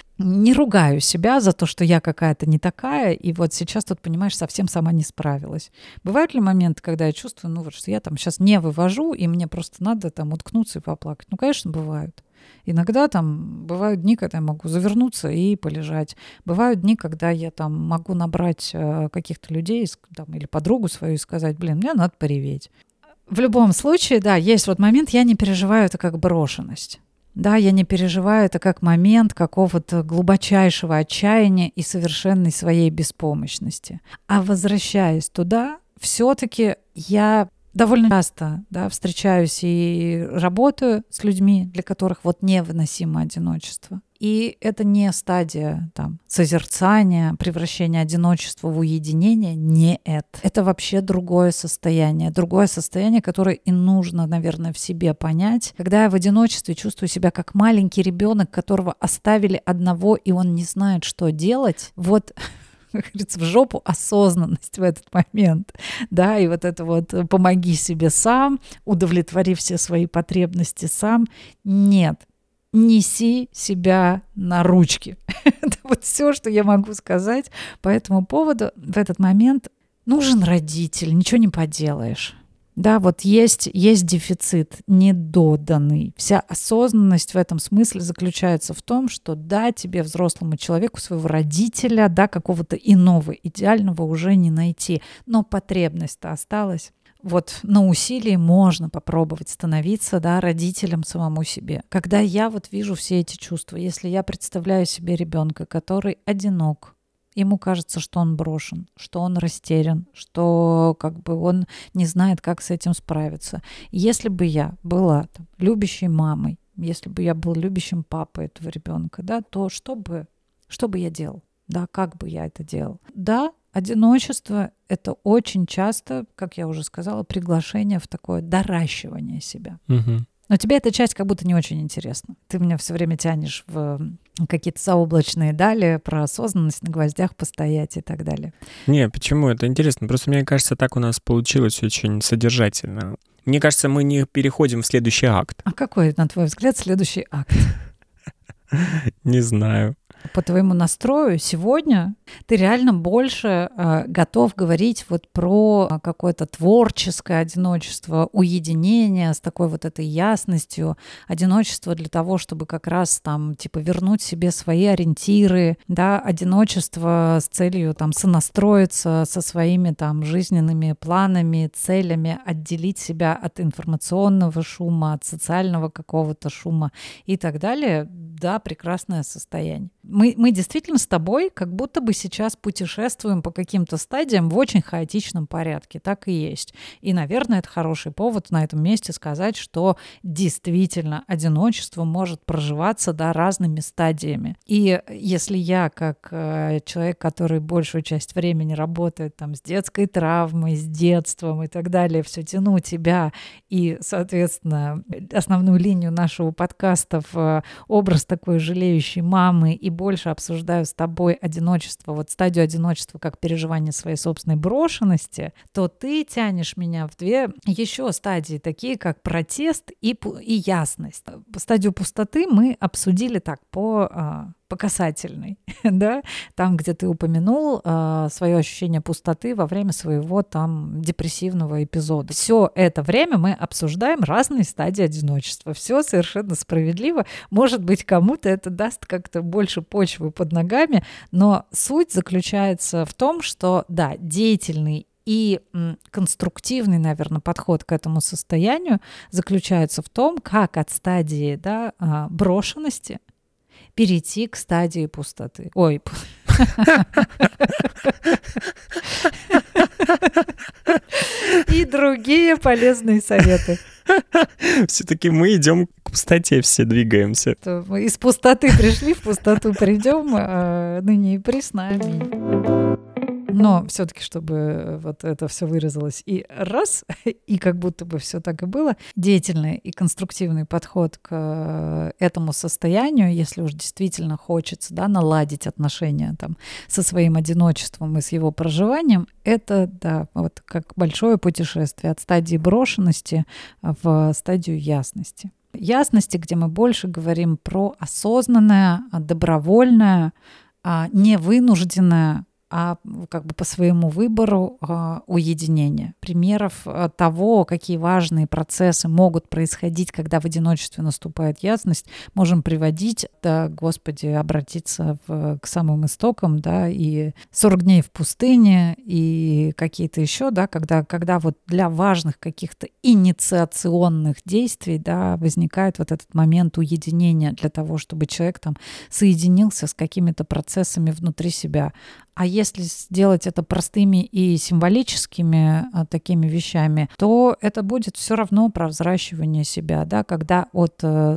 Speaker 1: не ругаю себя за то, что я какая-то не такая, и сейчас тут, понимаешь, совсем сама не справилась. Бывают ли моменты, когда я чувствую, что я там сейчас не вывожу, и мне просто надо там уткнуться и поплакать? Конечно, бывают. Иногда там бывают дни, когда я могу завернуться и полежать. Бывают дни, когда я там могу набрать каких-то людей или подругу свою и сказать, мне надо пореветь. В любом случае, да, есть момент, я не переживаю это как брошенность. Да, я не переживаю это как момент какого-то глубочайшего отчаяния и совершенной своей беспомощности. А возвращаясь туда, все-таки я довольно часто, да, встречаюсь и работаю с людьми, для которых невыносимо одиночество. И это не стадия созерцания, превращения одиночества в уединение, не это. Это вообще другое состояние, которое и нужно, наверное, в себе понять. Когда я в одиночестве чувствую себя как маленький ребенок, которого оставили одного, и он не знает, что делать, как говорится, в жопу осознанность в этот момент, да, и это помоги себе сам, удовлетвори все свои потребности сам. Нет, неси себя на ручки. Это все, что я могу сказать по этому поводу. В этот момент нужен родитель, ничего не поделаешь. Да, есть дефицит недоданный. Вся осознанность в этом смысле заключается в том, что да, тебе, взрослому человеку, своего родителя, да, какого-то иного, идеального уже не найти, но потребность-то осталась. На усилии можно попробовать становиться, да, родителем самому себе. Когда я вижу все эти чувства, если я представляю себе ребенка, который одинок, ему кажется, что он брошен, что он растерян, что он не знает, как с этим справиться. Если бы я была любящей мамой, если бы я был любящим папой этого ребенка, да, то что бы я делал? Да, как бы я это делал? Да, одиночество — это очень часто, как я уже сказала, приглашение в такое доращивание себя.
Speaker 2: Угу.
Speaker 1: Но тебе эта часть как будто не очень интересна. Ты меня все время тянешь в какие-то заоблачные дали, про осознанность, на гвоздях постоять и так далее.
Speaker 2: Не, почему? Это интересно. Просто мне кажется, так у нас получилось очень содержательно. Мне кажется, мы не переходим в следующий акт.
Speaker 1: А какой, на твой взгляд, следующий акт?
Speaker 2: Не знаю.
Speaker 1: По твоему настрою сегодня ты реально больше готов говорить про какое-то творческое одиночество, уединение с такой этой ясностью, одиночество для того, чтобы как раз вернуть себе свои ориентиры, да, одиночество с целью сонастроиться со своими жизненными планами, целями, отделить себя от информационного шума, от социального какого-то шума и так далее. Да, прекрасное состояние. Мы действительно с тобой как будто бы сейчас путешествуем по каким-то стадиям в очень хаотичном порядке. Так и есть. И, наверное, это хороший повод на этом месте сказать, что действительно одиночество может проживаться, да, разными стадиями. И если я, как человек, который большую часть времени работает с детской травмой, с детством и так далее, все тяну тебя и, соответственно, основную линию нашего подкаста в образ такой жалеющей мамы и больше обсуждаю с тобой одиночество, вот стадию одиночества как переживание своей собственной брошенности, то ты тянешь меня в две еще стадии, такие как протест и ясность. Стадию пустоты мы обсудили так по касательной, да, там, где ты упомянул свое ощущение пустоты во время своего там депрессивного эпизода. Все это время мы обсуждаем разные стадии одиночества. Все совершенно справедливо. Может быть, кому-то это даст как-то больше почвы под ногами, но суть заключается в том, что, да, деятельный и конструктивный, наверное, подход к этому состоянию заключается в том, как от стадии, да, брошенности перейти к стадии пустоты. Ой. И другие полезные советы.
Speaker 2: Все-таки мы идем к пустоте, все двигаемся.
Speaker 1: Мы из пустоты пришли, в пустоту придем, ныне и присно. Аминь. Но все-таки, чтобы вот это все вырезалось и раз, и как будто бы все так и было, деятельный и конструктивный подход к этому состоянию, если уж действительно хочется, да, наладить отношения там со своим одиночеством и с его проживанием, это, да, вот как большое путешествие от стадии брошенности в стадию ясности. Ясности, где мы больше говорим про осознанное, добровольное, невынужденное, а как бы по своему выбору уединение. Примеров того, какие важные процессы могут происходить, когда в одиночестве наступает ясность, можем приводить, да, Господи, обратиться к самым истокам, да, и 40 дней в пустыне, и какие-то еще, да, когда вот для важных каких-то инициационных действий, да, возникает вот этот момент уединения для того, чтобы человек там соединился с какими-то процессами внутри себя. А если сделать это простыми и символическими такими вещами, то это будет все равно про взращивание себя, да, когда от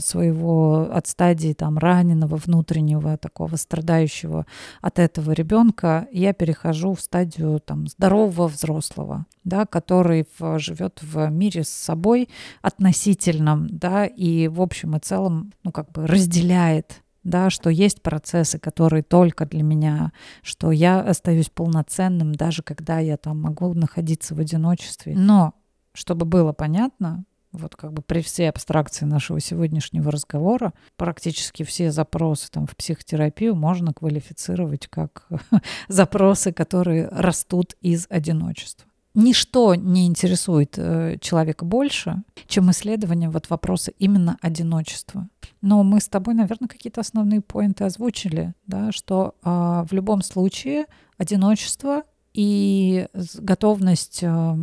Speaker 1: стадии там раненого внутреннего, такого страдающего от этого ребенка я перехожу в стадию там здорового взрослого, да, который живет в мире с собой относительном, да, и в общем и целом, ну, как бы разделяет, да, что есть процессы, которые только для меня, что я остаюсь полноценным, даже когда я там могу находиться в одиночестве. Но, чтобы было понятно, вот как бы при всей абстракции нашего сегодняшнего разговора, практически все запросы там в психотерапию можно квалифицировать как запросы, которые растут из одиночества. Ничто не интересует человека больше, чем исследование вот вопроса именно одиночества. Но мы с тобой, наверное, какие-то основные поинты озвучили, да, что в любом случае одиночество и готовность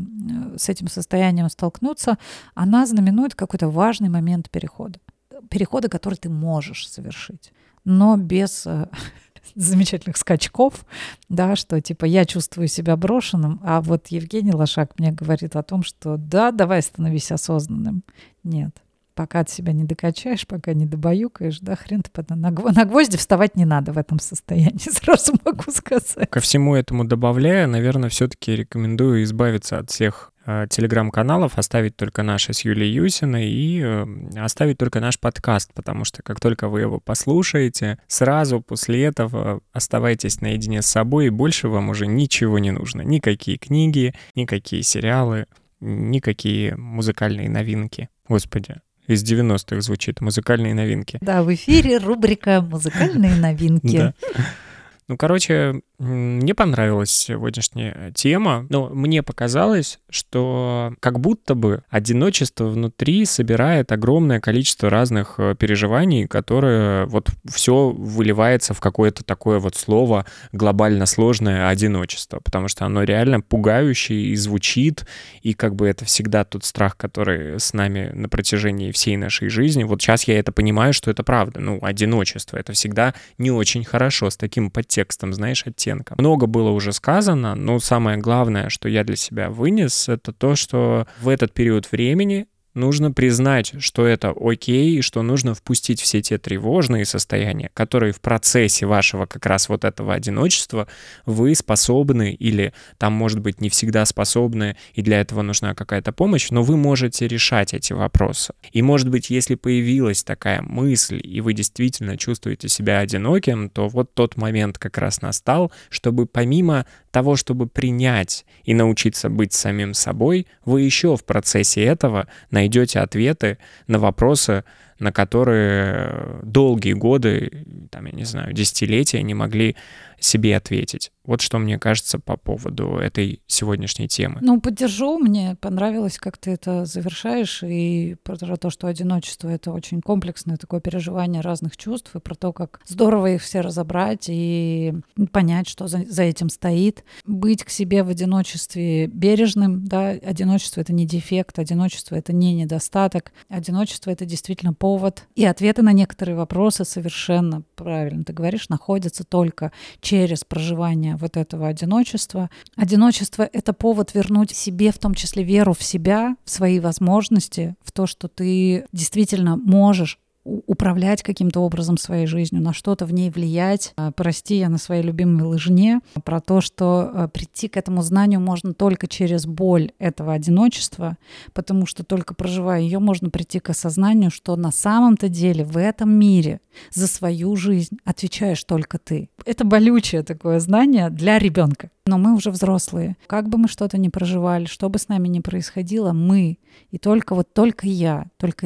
Speaker 1: с этим состоянием столкнуться, она знаменует какой-то важный момент перехода. Перехода, который ты можешь совершить, но без замечательных скачков, да, что типа я чувствую себя брошенным, а вот Евгений Лошак мне говорит о том, что да, давай становись осознанным. Нет. Пока ты себя не докачаешь, пока не добаюкаешь, да, хрен ты на гвозди вставать не надо в этом состоянии, сразу могу сказать.
Speaker 2: Ко всему этому добавляя, наверное, все-таки рекомендую избавиться от всех телеграм-каналов, оставить только наши с Юлией Юсиной и оставить только наш подкаст, потому что как только вы его послушаете, сразу после этого оставайтесь наедине с собой, и больше вам уже ничего не нужно. Никакие книги, никакие сериалы, никакие музыкальные новинки. Господи. Из 90-х звучит «Музыкальные новинки».
Speaker 1: Да, в эфире рубрика «Музыкальные новинки».
Speaker 2: Да. Ну, короче, мне понравилась сегодняшняя тема, но мне показалось, что как будто бы одиночество внутри собирает огромное количество разных переживаний, которые вот все выливается в какое-то такое вот слово глобально сложное одиночество, потому что оно реально пугающее и звучит, и как бы это всегда тот страх, который с нами на протяжении всей нашей жизни. Вот сейчас я это понимаю, что это правда. Ну, одиночество — это всегда не очень хорошо, с таким подтекстом, знаешь, оттенком. Много было уже сказано, но самое главное, что я для себя вынес, это то, что в этот период времени нужно признать, что это окей, и что нужно впустить все те тревожные состояния, которые в процессе вашего как раз вот этого одиночества вы способны или там, может быть, не всегда способны, и для этого нужна какая-то помощь, но вы можете решать эти вопросы. И, может быть, если появилась такая мысль, и вы действительно чувствуете себя одиноким, то вот тот момент как раз настал, чтобы помимо того, чтобы принять и научиться быть самим собой, вы еще в процессе этого найдете ответы на вопросы, на которые долгие годы, там, я не знаю, десятилетия не могли себе ответить. Вот что мне кажется по поводу этой сегодняшней темы.
Speaker 1: Поддержу, мне понравилось, как ты это завершаешь, и про то, что одиночество — это очень комплексное такое переживание разных чувств, и про то, как здорово их все разобрать и понять, что за этим стоит. Быть к себе в одиночестве бережным, да, одиночество — это не дефект, одиночество — это не недостаток, одиночество — это действительно повод, и ответы на некоторые вопросы совершенно правильно ты говоришь, находятся только через проживание вот этого одиночества. Одиночество — это повод вернуть себе, в том числе, веру в себя, в свои возможности, в то, что ты действительно можешь управлять каким-то образом своей жизнью, на что-то в ней влиять. Прости, я на своей любимой лыжне, про то, что прийти к этому знанию можно только через боль этого одиночества, потому что только проживая ее, можно прийти к осознанию, что на самом-то деле в этом мире за свою жизнь отвечаешь только ты. Это болючее такое знание для ребенка. Но мы уже взрослые. Как бы мы что-то ни проживали, что бы с нами ни происходило, мы и только я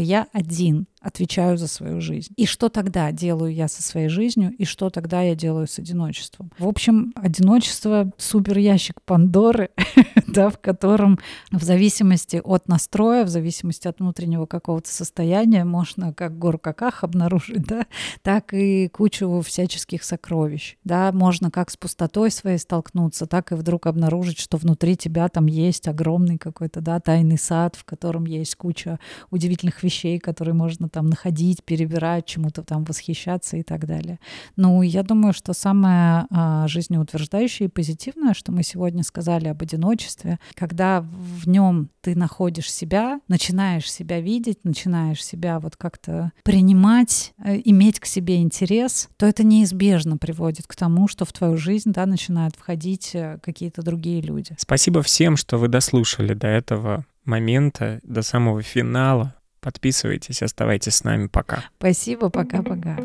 Speaker 1: один отвечаю за свою жизнь. И что тогда делаю я со своей жизнью, и что тогда я делаю с одиночеством. В общем, одиночество — супер ящик Пандоры, да, в котором в зависимости от настроя, в зависимости от внутреннего какого-то состояния можно как гору каках обнаружить, да, так и кучу всяческих сокровищ. Да, можно как с пустотой своей столкнуться, так и вдруг обнаружить, что внутри тебя там есть огромный какой-то, да, тайный сад, в котором есть куча удивительных вещей, которые можно там находить, перебирать, чему-то там восхищаться и так далее. Я думаю, что самое жизнеутверждающее и позитивное, что мы сегодня сказали об одиночестве, когда в нем ты находишь себя, начинаешь себя видеть, начинаешь себя вот как-то принимать, иметь к себе интерес, то это неизбежно приводит к тому, что в твою жизнь, да, начинают входить какие-то другие люди.
Speaker 2: Спасибо всем, что вы дослушали до этого момента, до самого финала. Подписывайтесь, оставайтесь с нами. Пока.
Speaker 1: Спасибо, пока-пока.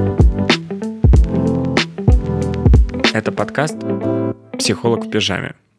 Speaker 2: Это подкаст «Психолог в пижаме».